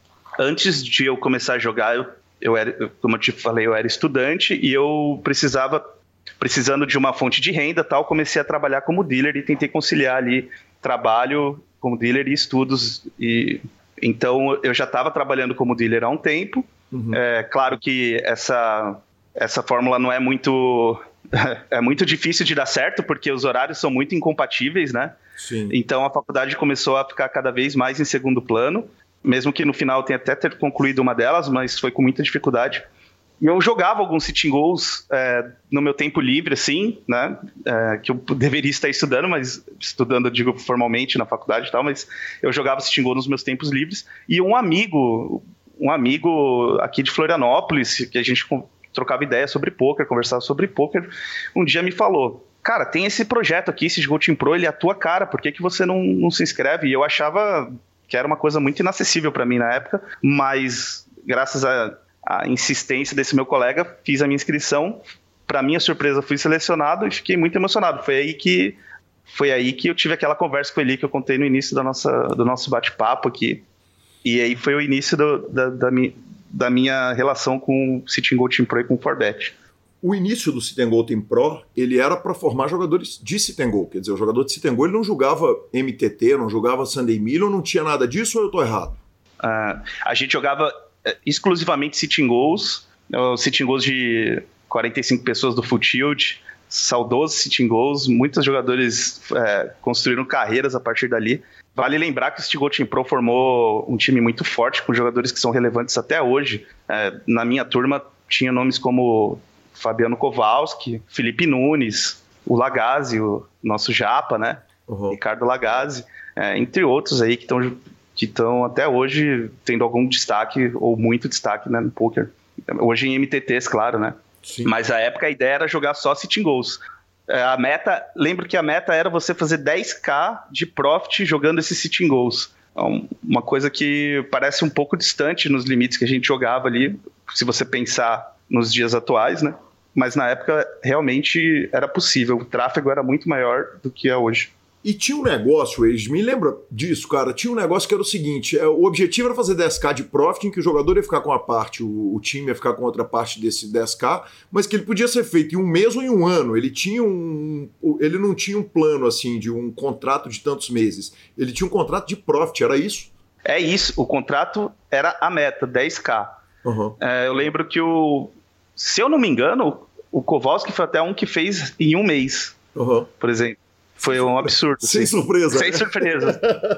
Speaker 3: Antes de eu começar a jogar, eu Eu era, como eu te falei, eu era estudante e eu precisava, precisando de uma fonte de renda, tal, comecei a trabalhar como dealer e tentei conciliar ali trabalho como dealer e estudos. E, então, eu já estava trabalhando como dealer há um tempo. Uhum. É claro que essa, essa fórmula não é muito... é muito difícil de dar certo, porque os horários são muito incompatíveis, né?
Speaker 1: Sim.
Speaker 3: Então, a faculdade começou a ficar cada vez mais em segundo plano. Mesmo que no final eu tenha até ter concluído uma delas, mas foi com muita dificuldade. E eu jogava alguns Sit and Go's é, no meu tempo livre, assim, né? É, que eu deveria estar estudando, mas estudando, eu digo, formalmente na faculdade e tal, mas eu jogava Sit and Go nos meus tempos livres. E um amigo, um amigo aqui de Florianópolis, que a gente trocava ideia sobre pôquer, conversava sobre pôquer, um dia me falou: cara, tem esse projeto aqui, Sit and Go Team Pro, ele é a tua cara, por que que você não, não se inscreve? E eu achava que era uma coisa muito inacessível para mim na época, mas graças à, à insistência desse meu colega, fiz a minha inscrição. Para minha surpresa, fui selecionado e fiquei muito emocionado. Foi aí que, foi aí que eu tive aquela conversa com ele que eu contei no início da nossa, do nosso bate-papo aqui. E aí foi o início do, da, da, mi, da minha relação com o Sit and Go Team Pro e com o Forbet.
Speaker 1: O início do Sit and Go Team Pro, ele era para formar jogadores de Sit and Go. Quer dizer, o jogador de Sit and Go, ele não jogava M T T, não jogava Sunday Million, não tinha nada disso, ou eu estou errado?
Speaker 3: Uh, a gente jogava uh, exclusivamente Sit and Go's, uh, Sit and Go's de quarenta e cinco pessoas do Full Tilt, saudosos Sit and Go's, muitos jogadores uh, construíram carreiras a partir dali. Vale lembrar que o Sit and Go Team Pro formou um time muito forte, com jogadores que são relevantes até hoje. Uh, na minha turma tinha nomes como Fabiano Kowalski, Felipe Nunes, o Lagazzi, o nosso japa, né? Uhum. Ricardo Lagazzi, é, entre outros aí que estão que estão até hoje tendo algum destaque ou muito destaque, né, no poker. Hoje em M T Ts, claro, né?
Speaker 1: Sim.
Speaker 3: Mas a época a ideia era jogar só Sit and Go's. É, a meta, lembro que a meta era você fazer dez K de profit jogando esses Sit and Go's. Então, uma coisa que parece um pouco distante nos limites que a gente jogava ali, se você pensar nos dias atuais, né? Mas na época realmente era possível. O tráfego era muito maior do que é hoje.
Speaker 1: E tinha um negócio, eles me lembra disso, cara. Tinha um negócio que era o seguinte: o objetivo era fazer dez K de profit, em que o jogador ia ficar com uma parte, o, o time ia ficar com outra parte desse dez K, mas que ele podia ser feito em um mês ou em um ano. Ele tinha um. Ele não tinha um plano assim de um contrato de tantos meses. Ele tinha um contrato de profit, era isso?
Speaker 3: É isso. O contrato era a meta, dez K. Uhum. É, eu lembro que o. Se eu não me engano, o Kowalski foi até um que fez em um mês, uhum. por exemplo. Foi um absurdo.
Speaker 1: Sem
Speaker 3: assim.
Speaker 1: surpresa.
Speaker 3: Sem surpresa.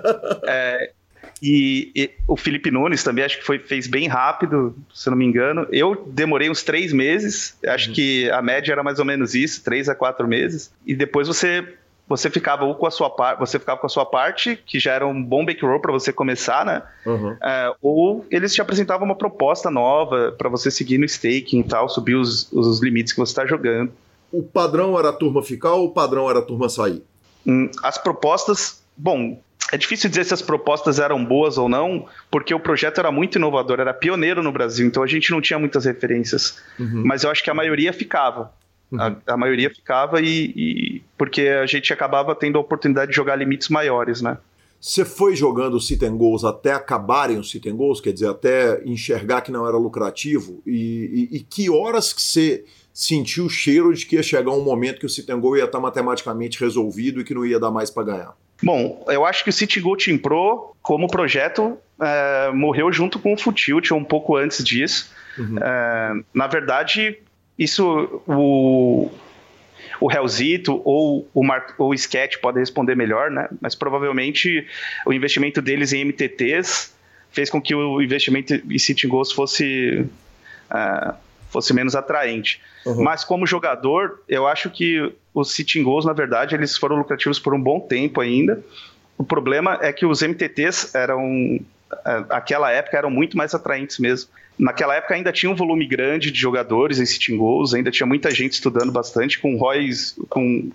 Speaker 3: é, e, e o Felipe Nunes também, acho que foi, fez bem rápido, se eu não me engano. Eu demorei uns três meses, acho uhum. que a média era mais ou menos isso, três a quatro meses. E depois você, você, ficava ou com a sua par, você ficava com a sua parte, que já era um bom bankroll para você começar, né? Uhum. É, ou eles te apresentavam uma proposta nova para você seguir no staking e tal, subir os, os limites que você está jogando.
Speaker 1: O padrão era a turma ficar ou o padrão era a turma sair?
Speaker 3: As propostas, bom, é difícil dizer se as propostas eram boas ou não, porque o projeto era muito inovador, era pioneiro no Brasil, então a gente não tinha muitas referências, uhum. mas eu acho que a maioria ficava, uhum. a, a maioria ficava e, e porque a gente acabava tendo a oportunidade de jogar limites maiores, né?
Speaker 1: Você foi jogando Sit and Go's até acabarem os Sit and Go's, quer dizer, até enxergar que não era lucrativo, e, e, e que horas que você sentiu o cheiro de que ia chegar um momento que o Sit and Go ia estar matematicamente resolvido e que não ia dar mais para ganhar?
Speaker 3: Bom, eu acho que o Sit and Go Team Pro, como projeto, é, morreu junto com o Full Tilt, um pouco antes disso. Uhum. É, na verdade, isso o, o Hellzito ou o, Mar, ou o Sketch podem responder melhor, né? Mas provavelmente o investimento deles em M T Ts fez com que o investimento em Sit and Go's fosse uh, fosse menos atraente. Uhum. Mas como jogador, eu acho que os sitting goals, na verdade, eles foram lucrativos por um bom tempo ainda. O problema é que os M T Ts eram, naquela época, eram muito mais atraentes mesmo. Naquela época ainda tinha um volume grande de jogadores em sitting goals, ainda tinha muita gente estudando bastante, com R O Is, com,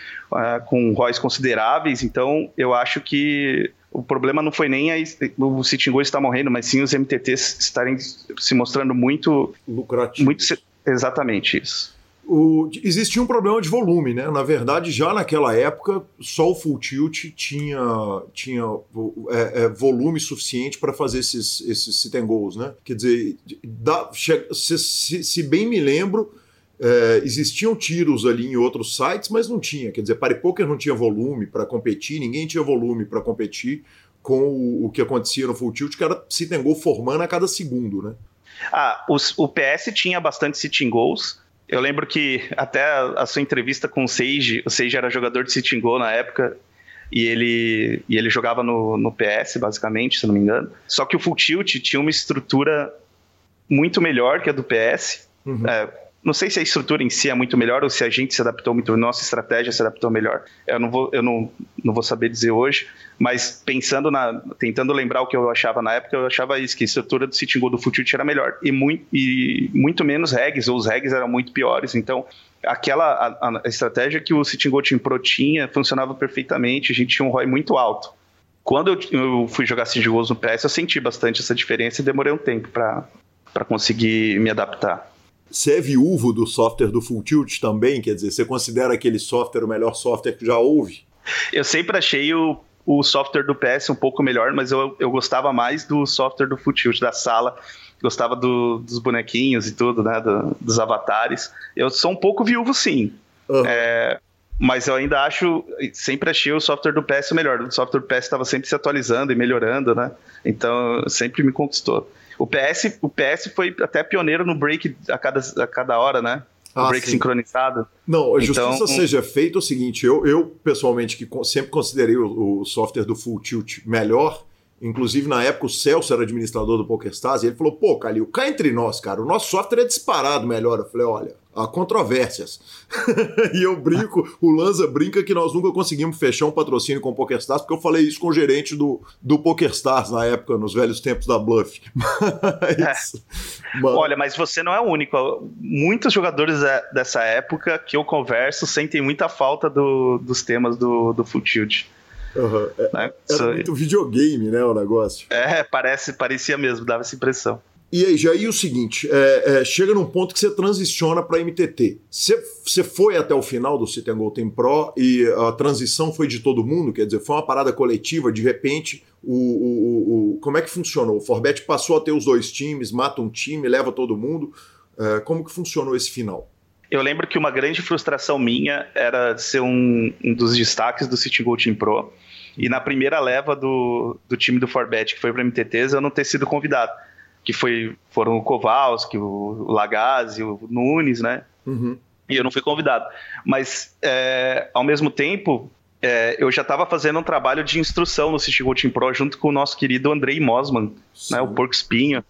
Speaker 3: uh, com R O Is consideráveis, então eu acho que o problema não foi nem a, o sitting goal estar morrendo, mas sim os M T Ts estarem se mostrando muito...
Speaker 1: lucrativos.
Speaker 3: Muito, exatamente isso.
Speaker 1: O, existia um problema de volume, né? Na verdade, já naquela época, só o Full Tilt tinha, tinha é, é, volume suficiente para fazer esses, esses sit and goals, né? Quer dizer, dá, se, se, se bem me lembro, é, existiam tiros ali em outros sites, mas não tinha. Quer dizer, Party Poker não tinha volume para competir, ninguém tinha volume para competir com o, o que acontecia no Full Tilt, que era sit and goal formando a cada segundo, né?
Speaker 3: Ah, os, o P S tinha bastante sitting goals. Eu lembro que até a, a sua entrevista com o Sage, o Sage era jogador de sitting goal na época, e ele, e ele jogava no, no P S, basicamente, se não me engano. Só que o Full Tilt tinha uma estrutura muito melhor que a do P S. Uhum. É, não sei se a estrutura em si é muito melhor ou se a gente se adaptou muito, nossa estratégia se adaptou melhor. Eu não vou, eu não, não vou saber dizer hoje, mas pensando na, tentando lembrar o que eu achava na época, eu achava isso, que a estrutura do sitting goal do Full Tilt era melhor e muito, e muito menos regs, ou os regs eram muito piores. Então, aquela a, a estratégia que o sitting goal Team Pro tinha funcionava perfeitamente, a gente tinha um R O I muito alto. Quando eu, eu fui jogar sitting goals no P S, eu senti bastante essa diferença e demorei um tempo para para conseguir me adaptar.
Speaker 1: Você é viúvo do software do Full Tilt também? Quer dizer, você considera aquele software o melhor software que já houve?
Speaker 3: Eu sempre achei o, o software do P S um pouco melhor, mas eu, eu gostava mais do software do Full Tilt, da sala. Gostava do, dos bonequinhos e tudo, né? Do, dos avatares. Eu sou um pouco viúvo, sim. Uhum. É, mas eu ainda acho... Sempre achei o software do P S o melhor. O software do P S estava sempre se atualizando e melhorando, né? Então, sempre me conquistou. O P S, o P S foi até pioneiro no break a cada, a cada hora, né? O ah, break sim. sincronizado.
Speaker 1: Não, a justiça então, seja feita é o seguinte, eu, eu pessoalmente, que sempre considerei o, o software do Full Tilt melhor, inclusive na época o Celso era administrador do PokerStars, e ele falou, pô, Calil, cá entre nós, cara, o nosso software é disparado melhor. Eu falei, olha, há controvérsias. E eu brinco, o Lanza brinca que nós nunca conseguimos fechar um patrocínio com o PokerStars, porque eu falei isso com o gerente do, do PokerStars na época, nos velhos tempos da Bluff. Mas,
Speaker 3: é. mas... Olha, mas você não é o único. Muitos jogadores dessa época que eu converso sentem muita falta do, dos temas do, do Full Tilt.
Speaker 1: Uhum. É, né? Era so... muito videogame, né, o negócio.
Speaker 3: É, parece, parecia mesmo, dava essa impressão.
Speaker 1: E aí, Jair, o seguinte, é, é, chega num ponto que você transiciona para M T T. Você, você foi até o final do Sit and Go Team Pro e a transição foi de todo mundo? Quer dizer, foi uma parada coletiva, de repente, o, o, o, como é que funcionou? O Forbet passou a ter os dois times, mata um time, leva todo mundo. É, como que funcionou esse final?
Speaker 3: Eu lembro que uma grande frustração minha era ser um, um dos destaques do Sit and Go Team Pro. E na primeira leva do, do time do Forbet, que foi para M T Ts, eu não ter sido convidado. Que foi, foram o Kowalski, o Lagazzi, o Nunes, né? Uhum. E eu não fui convidado. Mas, é, ao mesmo tempo, é, eu já estava fazendo um trabalho de instrução no Sit and Go Team Pro junto com o nosso querido Andrei Mosman, né, o Porco Espinho.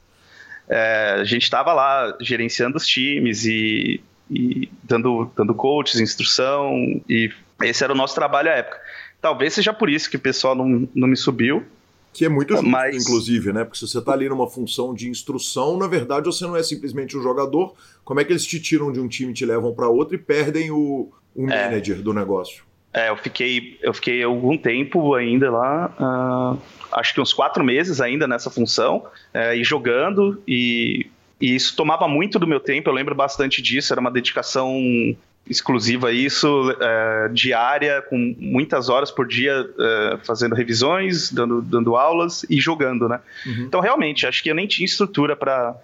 Speaker 3: É, a gente estava lá gerenciando os times e, e dando, dando coaches, instrução, e esse era o nosso trabalho à época. Talvez seja por isso que o pessoal não, não me subiu.
Speaker 1: Que é muito justo, mas... inclusive, né? Porque se você está ali numa função de instrução, na verdade você não é simplesmente um jogador. Como é que eles te tiram de um time e te levam para outro e perdem o, o é. manager do negócio?
Speaker 3: É, eu fiquei, eu fiquei algum tempo ainda lá, uh, acho que uns quatro meses ainda nessa função, uh, e jogando, e, e isso tomava muito do meu tempo, eu lembro bastante disso, era uma dedicação exclusiva a isso, uh, diária, com muitas horas por dia, uh, fazendo revisões, dando, dando aulas e jogando, né? Uhum. Então, realmente, acho que eu nem tinha estrutura para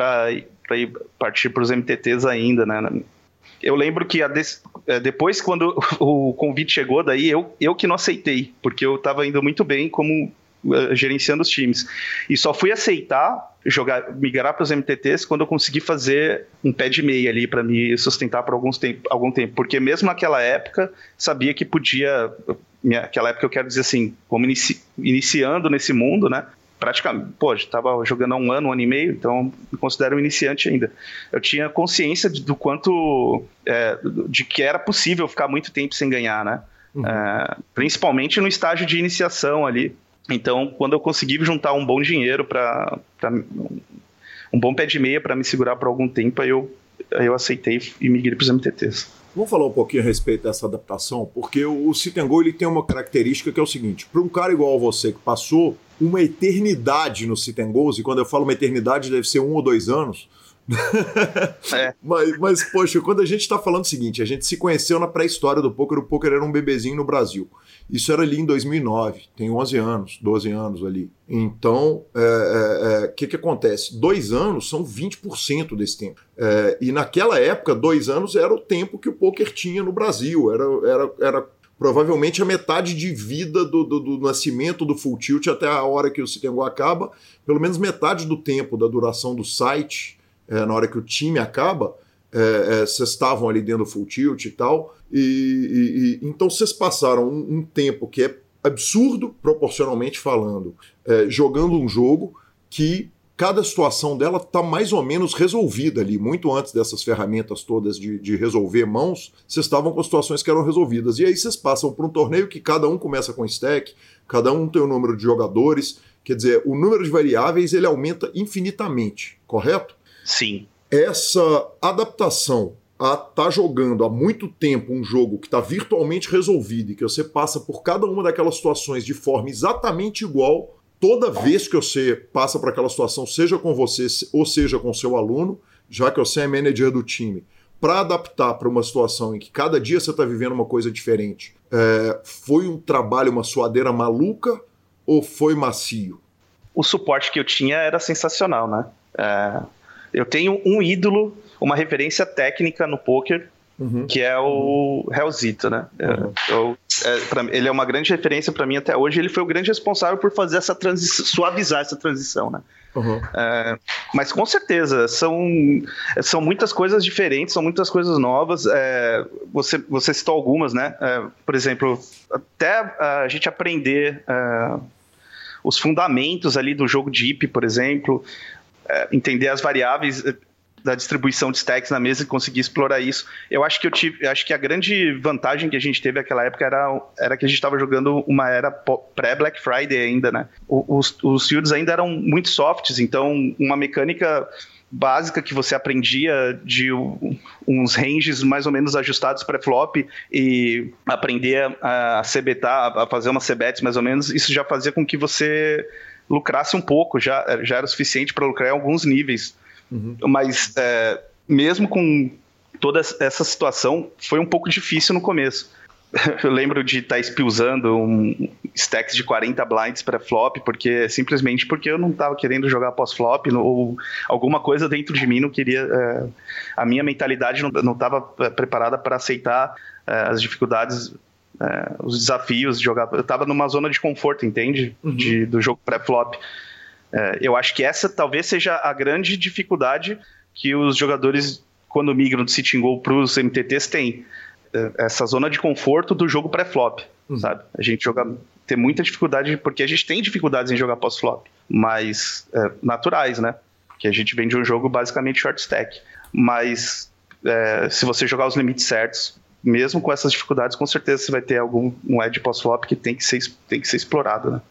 Speaker 3: ir partir para os M T Ts ainda, né? Eu lembro que a des... depois, quando o convite chegou, daí eu, eu que não aceitei, porque eu estava indo muito bem como uh, gerenciando os times. E só fui aceitar jogar, migrar para os M T Ts quando eu consegui fazer um pé de meia ali para me sustentar por alguns tempo, algum tempo. Porque mesmo naquela época, sabia que podia... Naquela época eu quero dizer assim, como inici, iniciando nesse mundo, né? praticamente, pô, já tava jogando há um ano, um ano e meio, então me considero um iniciante ainda. Eu tinha consciência de, do quanto, é, de que era possível ficar muito tempo sem ganhar, né? Uhum. É, principalmente no estágio de iniciação ali. Então, quando eu consegui juntar um bom dinheiro para um bom pé de meia para me segurar por algum tempo, aí eu, aí eu aceitei e migrei para os M T Ts.
Speaker 1: Vamos falar um pouquinho a respeito dessa adaptação, porque o Sit and Go ele tem uma característica que é o seguinte: para um cara igual a você que passou uma eternidade no Sit and Go's, e quando eu falo uma eternidade deve ser um ou dois anos, é. mas, mas, poxa, quando a gente está falando o seguinte, a gente se conheceu na pré-história do poker, o poker era um bebezinho no Brasil. Isso era ali em dois mil e nove, tem onze anos, doze anos ali. Então, o é, é, que, que acontece? Dois anos são vinte por cento desse tempo. É, e naquela época, dois anos era o tempo que o poker tinha no Brasil. Era, era, era provavelmente a metade de vida do, do, do nascimento do Full Tilt até a hora que o Sit and Go acaba. Pelo menos metade do tempo da duração do site, é, na hora que o time acaba, é, é, vocês estavam ali dentro do Full Tilt e tal. E, e, e, então vocês passaram um, um tempo que é absurdo, proporcionalmente falando, é, jogando um jogo que cada situação dela está mais ou menos resolvida ali. Muito antes dessas ferramentas todas de, de resolver mãos, vocês estavam com situações que eram resolvidas. E aí vocês passam por um torneio que cada um começa com stack, cada um tem o número de jogadores, quer dizer, o número de variáveis ele aumenta infinitamente, correto?
Speaker 3: Sim.
Speaker 1: Essa adaptação a estar tá jogando há muito tempo um jogo que está virtualmente resolvido e que você passa por cada uma daquelas situações de forma exatamente igual, toda vez que você passa por aquela situação, seja com você ou seja com seu aluno, já que você é manager do time, para adaptar para uma situação em que cada dia você está vivendo uma coisa diferente, é, foi um trabalho, uma suadeira maluca ou foi macio?
Speaker 3: O suporte que eu tinha era sensacional, né? É, eu tenho um ídolo, uma referência técnica no poker, uhum. que é o Hellzito, né? Uhum. Eu, é, pra, ele é uma grande referência para mim até hoje. Ele foi o grande responsável por fazer essa transição, suavizar essa transição, né? Uhum. É, mas com certeza são, são muitas coisas diferentes, são muitas coisas novas. É, você, você citou algumas, né? É, por exemplo, até a gente aprender é, os fundamentos ali do jogo Deep, por exemplo, é, entender as variáveis da distribuição de stacks na mesa e conseguir explorar isso. Eu acho que eu tive, eu acho que a grande vantagem que a gente teve naquela época era, era que a gente estava jogando uma era pré-Black Friday ainda, né? Os, os fields ainda eram muito softs, então uma mecânica básica que você aprendia de uns ranges mais ou menos ajustados pré-flop e aprender a, a C-betar, a fazer umas C-bets mais ou menos, isso já fazia com que você lucrasse um pouco, já, já era o suficiente para lucrar em alguns níveis. Uhum. Mas é, mesmo com toda essa situação, foi um pouco difícil no começo. Eu lembro de estar expulsando um stacks de quarenta blinds para flop, porque simplesmente porque eu não estava querendo jogar pós-flop, ou alguma coisa dentro de mim não queria. É, a minha mentalidade não estava preparada para aceitar é, as dificuldades, é, os desafios de jogar. Eu estava numa zona de conforto, entende? Uhum. De, do jogo pré-flop. É, eu acho que essa talvez seja a grande dificuldade que os jogadores, quando migram do Sit and Go para os M T Ts, têm. É, essa zona de conforto do jogo pré-flop, uhum. sabe? A gente joga, tem muita dificuldade, porque a gente tem dificuldades em jogar pós-flop, mas é, naturais, né? Que a gente vem de um jogo basicamente short stack. Mas é, se você jogar os limites certos, mesmo com essas dificuldades, com certeza você vai ter algum um edge pós-flop que tem que ser, tem que ser explorado, né?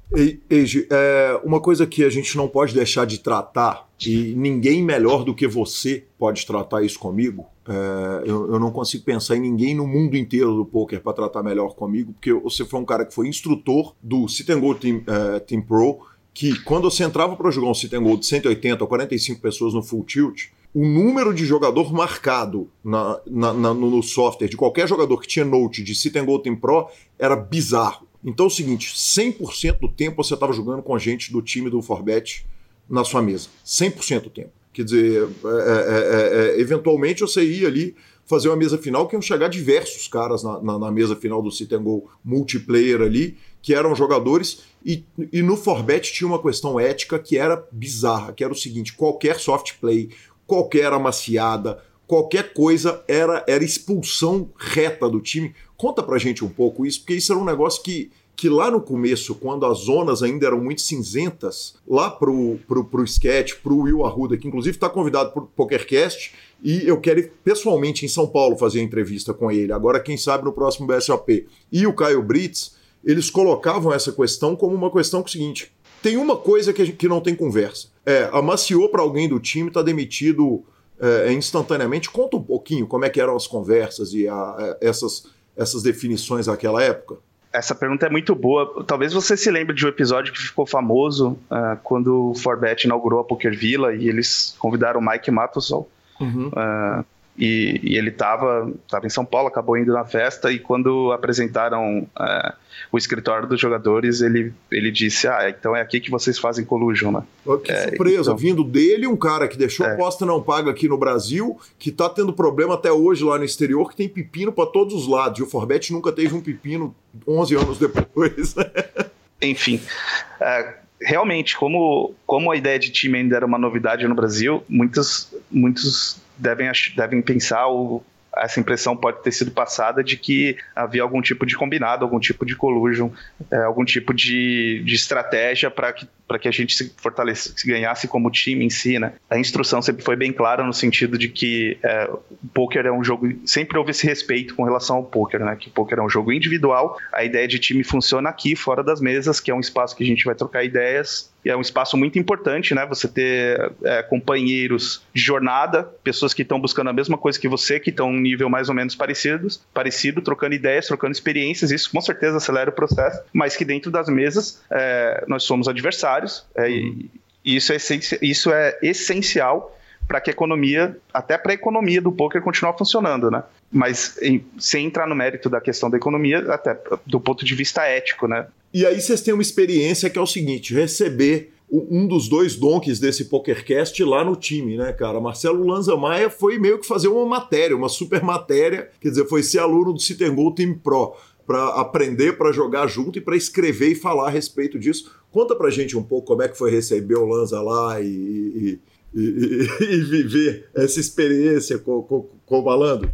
Speaker 1: Eiji, é, uma coisa que a gente não pode deixar de tratar, e ninguém melhor do que você pode tratar isso comigo, é, eu, eu não consigo pensar em ninguém no mundo inteiro do poker para tratar melhor comigo, porque você foi um cara que foi instrutor do Sit and Go Team, é, Team Pro, que quando você entrava para jogar um Sit and Go de cento e oitenta ou quarenta e cinco pessoas no Full Tilt, o número de jogador marcado na, na, na, no software de qualquer jogador que tinha note de Sit and Go Team Pro era bizarro. Então é o seguinte, cem por cento do tempo você estava jogando com gente do time do Forbet na sua mesa. cem por cento do tempo. Quer dizer, é, é, é, eventualmente você ia ali fazer uma mesa final que iam chegar diversos caras na, na, na mesa final do Sit and Go multiplayer ali, que eram jogadores, e, e no Forbet tinha uma questão ética que era bizarra, que era o seguinte, qualquer soft play, qualquer amaciada, qualquer coisa era, era expulsão reta do time. Conta pra gente um pouco isso, porque isso era um negócio que, que lá no começo, quando as zonas ainda eram muito cinzentas, lá pro, pro, pro Sketch, pro Will Arruda, que inclusive está convidado pro PokerCast, e eu quero ir pessoalmente em São Paulo fazer a entrevista com ele, agora quem sabe no próximo B S O P, e o Caio Brits, eles colocavam essa questão como uma questão que é o seguinte, tem uma coisa que, a gente, que não tem conversa, é, amaciou para alguém do time, tá demitido é, instantaneamente, conta um pouquinho como é que eram as conversas e a, essas, essas definições naquela época.
Speaker 3: Essa pergunta é muito boa. Talvez você se lembre de um episódio que ficou famoso uh, quando o four bet inaugurou a Poker Villa e eles convidaram o Mike Matusow. Uhum. Uh, e, e ele estava tava em São Paulo, acabou indo na festa e quando apresentaram uh, o escritório dos jogadores, ele, ele disse, ah, então é aqui que vocês fazem collusion, né?
Speaker 1: Oh, que é, surpresa, então... vindo dele, um cara que deixou é. aposta não paga aqui no Brasil, que tá tendo problema até hoje lá no exterior, que tem pepino para todos os lados, e o four bet nunca teve um pepino onze anos depois.
Speaker 3: Enfim, uh, realmente, como, como a ideia de time ainda era uma novidade no Brasil, muitos, muitos devem, devem pensar, ou essa impressão pode ter sido passada de que havia algum tipo de combinado, algum tipo de collusion, é, algum tipo de, de estratégia para que, para que a gente se fortalecesse, se ganhasse como time em si, né? A instrução sempre foi bem clara no sentido de que é, o poker é um jogo, sempre houve esse respeito com relação ao poker, né? Que o poker é um jogo individual, a ideia de time funciona aqui, fora das mesas, que é um espaço que a gente vai trocar ideias, e é um espaço muito importante, né? Você ter é, companheiros de jornada, pessoas que estão buscando a mesma coisa que você, que estão em um nível mais ou menos parecidos, parecido, trocando ideias, trocando experiências, isso com certeza acelera o processo, mas que dentro das mesas é, nós somos adversários, é, e isso é, isso é essencial para que a economia, até para a economia do poker continuar funcionando, né? Mas em, sem entrar no mérito da questão da economia, até do ponto de vista ético, né?
Speaker 1: E aí vocês têm uma experiência que é o seguinte, receber um dos dois donkeys desse PokerCast lá no time, né, cara? Marcelo Lanza Maia foi meio que fazer uma matéria, uma super matéria, quer dizer, foi ser aluno do Sit and Go Team Pro, para aprender, para jogar junto e para escrever e falar a respeito disso. Conta pra gente um pouco como é que foi receber o Lanza lá e, e, e, e viver essa experiência com, com, com o malandro.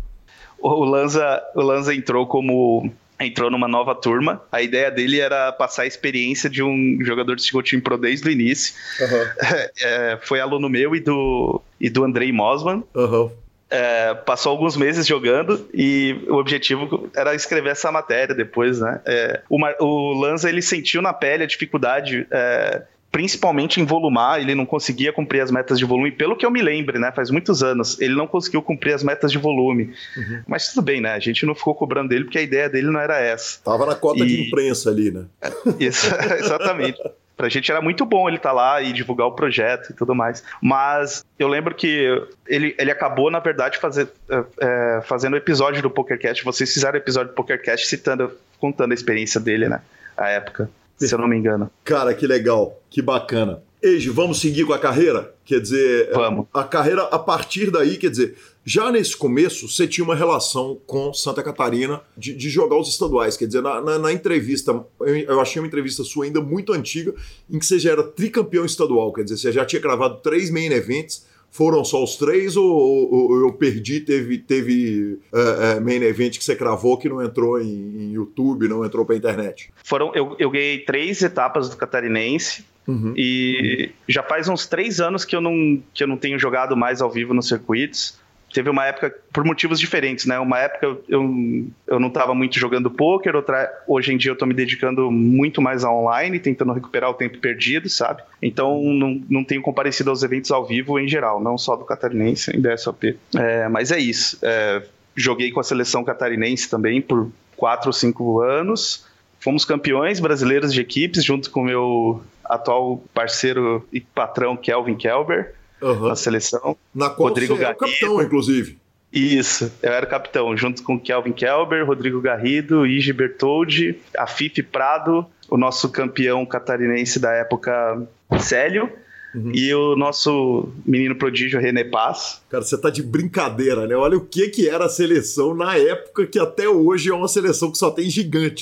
Speaker 3: O Lanza, o Lanza entrou como... entrou numa nova turma, a ideia dele era passar a experiência de um jogador de Single Team Pro desde o início. Uhum. É, é, foi aluno meu e do, e do Andrei Mosman.
Speaker 1: Uhum.
Speaker 3: É, passou alguns meses jogando e o objetivo era escrever essa matéria depois, né? É, o, o Lanza, ele sentiu na pele a dificuldade... É, principalmente em volumar, ele não conseguia cumprir as metas de volume, pelo que eu me lembro, né, faz muitos anos, ele não conseguiu cumprir as metas de volume, uhum. Mas tudo bem, né, a gente não ficou cobrando dele, porque a ideia dele não era essa.
Speaker 1: Tava na cota e... de imprensa ali, né?
Speaker 3: Isso, exatamente. Pra gente era muito bom ele estar tá lá e divulgar o projeto e tudo mais, mas eu lembro que ele, ele acabou, na verdade, fazer, é, fazendo o episódio do PokerCast, vocês fizeram o episódio do PokerCast citando, contando a experiência dele, né, a época. Se eu não me engano.
Speaker 1: Cara, que legal, que bacana. Eiji, vamos seguir com a carreira? Quer dizer,
Speaker 3: vamos.
Speaker 1: A carreira a partir daí, quer dizer, já nesse começo você tinha uma relação com Santa Catarina de, de jogar os estaduais. Quer dizer, na, na, na entrevista, eu, eu achei uma entrevista sua ainda muito antiga, em que você já era tricampeão estadual. Quer dizer, você já tinha gravado três main events. Foram só os três ou, ou, ou eu perdi, teve, teve uh, uh, main event que você cravou que não entrou em, em YouTube, não entrou pra internet?
Speaker 3: Foram, eu, eu ganhei três etapas do Catarinense, uhum. E já faz uns três anos que eu, não, que eu não tenho jogado mais ao vivo nos circuitos. Teve uma época, por motivos diferentes, né? Uma época eu, eu, eu não estava muito jogando poker, outra, hoje em dia eu estou me dedicando muito mais a online, tentando recuperar o tempo perdido, sabe? Então não, não tenho comparecido aos eventos ao vivo em geral, não só do Catarinense, em B S O P. É, mas é isso. É, joguei com a seleção catarinense também por quatro ou cinco anos. Fomos campeões brasileiros de equipes, junto com o meu atual parceiro e patrão, Kelvin Kelber. Uhum. Na seleção.
Speaker 1: Na qual Rodrigo você era o capitão, inclusive.
Speaker 3: Isso, eu era capitão, junto com Kelvin Kelber, Rodrigo Garrido, Igi Bertoldi, Afif Prado, o nosso campeão catarinense da época, Célio, uhum. E o nosso menino prodígio, René Paz.
Speaker 1: Cara, você tá de brincadeira, né? Olha o que que era a seleção na época, que até hoje é uma seleção que só tem gigante, né?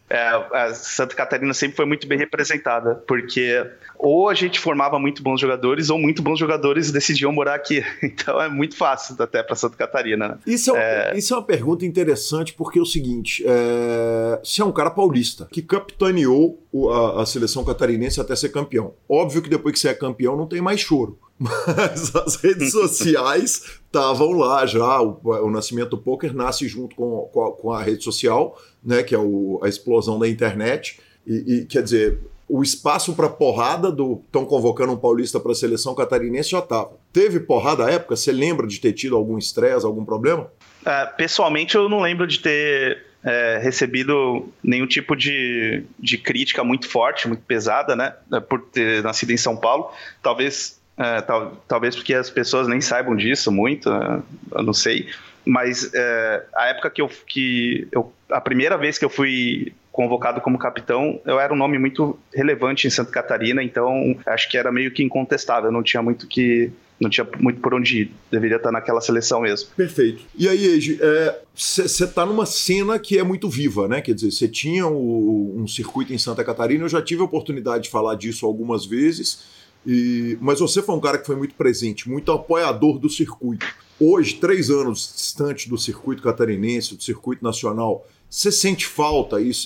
Speaker 3: É, a Santa Catarina sempre foi muito bem representada, porque ou a gente formava muito bons jogadores, ou muito bons jogadores decidiam morar aqui. Então é muito fácil até para Santa Catarina. Né?
Speaker 1: Isso, é, é... isso é uma pergunta interessante, porque é o seguinte, é... você é um cara paulista, que capitaneou a, a seleção catarinense até ser campeão. Óbvio que depois que você é campeão não tem mais choro. Mas as redes sociais estavam lá já, o, o nascimento do poker nasce junto com, com, a, com a rede social, né, que é o, a explosão da internet, e, e quer dizer, o espaço para porrada do estão convocando um paulista para a seleção catarinense já estava. Teve porrada à época? Você lembra de ter tido algum estresse, algum problema?
Speaker 3: É, pessoalmente eu não lembro de ter é, recebido nenhum tipo de, de crítica muito forte, muito pesada, né, por ter nascido em São Paulo. Talvez... É, tal, talvez porque as pessoas nem saibam disso muito, eu não sei, mas é, a época que eu, que eu, a primeira vez que eu fui convocado como capitão, eu era um nome muito relevante em Santa Catarina, então acho que era meio que incontestável, não tinha muito que não tinha muito por onde ir, deveria estar naquela seleção mesmo.
Speaker 1: Perfeito. E aí, Eiji, você é, está numa cena que é muito viva, né? Quer dizer, você tinha o, um circuito em Santa Catarina, eu já tive a oportunidade de falar disso algumas vezes. E, mas você foi um cara que foi muito presente, muito apoiador do circuito. Hoje, três anos distante do circuito catarinense, do circuito nacional, você sente falta e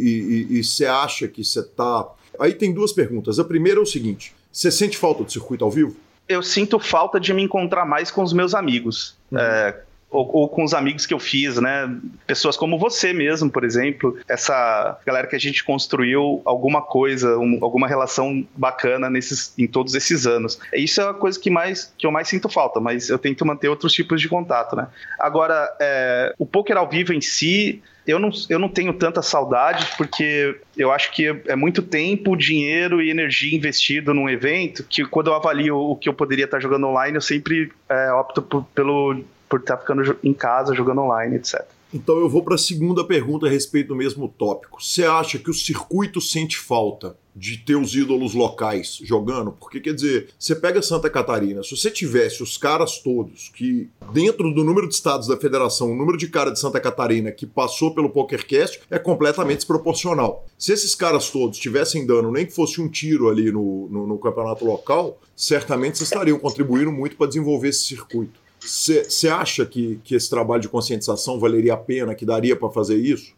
Speaker 1: você acha que você está... Aí tem duas perguntas. A primeira é o seguinte, você sente falta do circuito ao vivo?
Speaker 3: Eu sinto falta de me encontrar mais com os meus amigos. Uhum. É... Ou, ou com os amigos que eu fiz, né? Pessoas como você mesmo, por exemplo. Essa galera que a gente construiu alguma coisa, um, alguma relação bacana nesses, em todos esses anos. Isso é a coisa que, mais, que eu mais sinto falta, mas eu tento manter outros tipos de contato, né? Agora, é, o poker ao vivo em si, eu não, eu não tenho tanta saudade, porque eu acho que é muito tempo, dinheiro e energia investido num evento, que quando eu avalio o que eu poderia estar jogando online, eu sempre é, opto por, pelo... por estar ficando em casa, jogando online, etcétera.
Speaker 1: Então eu vou para a segunda pergunta a respeito do mesmo tópico. Você acha que o circuito sente falta de ter os ídolos locais jogando? Porque, quer dizer, você pega Santa Catarina, se você tivesse os caras todos que, dentro do número de estados da federação, o número de cara de Santa Catarina que passou pelo PokerCast é completamente desproporcional. Se esses caras todos estivessem dando nem que fosse um tiro ali no, no, no campeonato local, certamente vocês estariam contribuindo muito para desenvolver esse circuito. Você acha que, que esse trabalho de conscientização valeria a pena, que daria para fazer isso?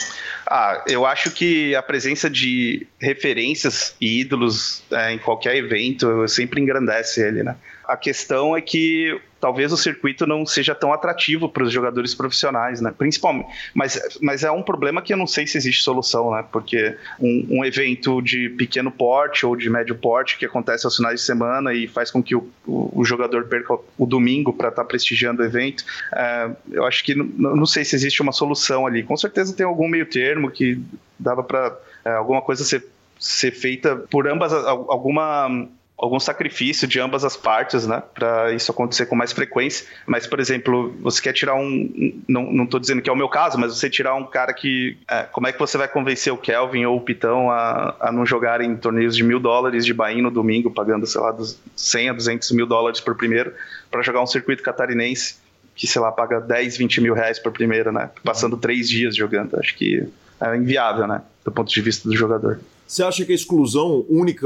Speaker 3: Ah, eu acho que a presença de referências e ídolos é, em qualquer evento sempre engrandece ele, né? A questão é que talvez o circuito não seja tão atrativo para os jogadores profissionais, né? Principalmente, mas, mas é um problema que eu não sei se existe solução, né? Porque um, um evento de pequeno porte ou de médio porte que acontece aos finais de semana e faz com que o, o, o jogador perca o domingo para estar tá prestigiando o evento, é, eu acho que não, não sei se existe uma solução ali. Com certeza tem algum meio termo que dava para é, alguma coisa ser, ser feita por ambas, alguma... algum sacrifício de ambas as partes, né, para isso acontecer com mais frequência. Mas, por exemplo, você quer tirar um... Não, não tô dizendo que é o meu caso, mas você tirar um cara que... É, como é que você vai convencer o Kelvin ou o Pitão a, a não jogarem torneios de mil dólares de buy-in no domingo, pagando, sei lá, dos cem a duzentos mil dólares por primeiro, para jogar um circuito catarinense que, sei lá, paga dez, vinte mil reais por primeiro, né, passando três dias jogando. Acho que é inviável, né, do ponto de vista do jogador.
Speaker 1: Você acha que a exclusão única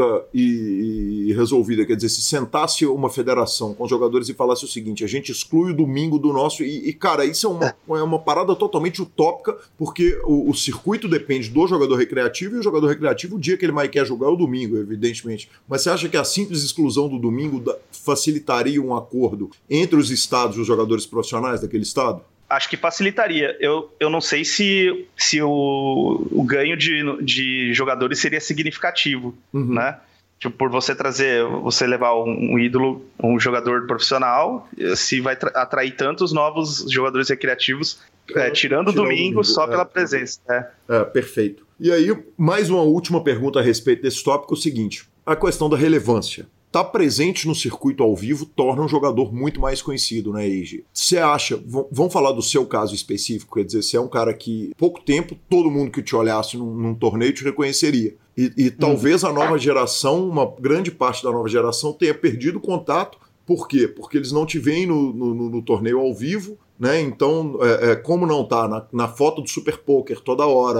Speaker 1: e, e resolvida, quer dizer, se sentasse uma federação com os jogadores e falasse o seguinte, a gente exclui o domingo do nosso... E, e cara, isso é uma, é uma parada totalmente utópica, porque o, o circuito depende do jogador recreativo e o jogador recreativo, o dia que ele mais quer jogar é o domingo, evidentemente. Mas você acha que a simples exclusão do domingo da, facilitaria um acordo entre os estados e os jogadores profissionais daquele estado?
Speaker 3: Acho que facilitaria. Eu, eu não sei se, se o, o ganho de, de jogadores seria significativo, uhum. né? Tipo, por você trazer, você levar um, um ídolo, um jogador profissional, se vai atrair tantos novos jogadores recreativos, é, tirando o domingo, domingo só é. pela presença. É.
Speaker 1: é, perfeito. E aí, mais uma última pergunta a respeito desse tópico, é o seguinte, a questão da relevância. Estar presente no circuito ao vivo torna um jogador muito mais conhecido, né, Eiji? Você acha, vamos falar do seu caso específico, quer dizer, você é um cara que, pouco tempo, todo mundo que te olhasse num, num torneio te reconheceria. E, e talvez a nova geração, uma grande parte da nova geração, tenha perdido o contato. Por quê? Porque eles não te veem no, no, no torneio ao vivo, né? Então, é, é, como não tá na, na foto do Super Poker toda hora,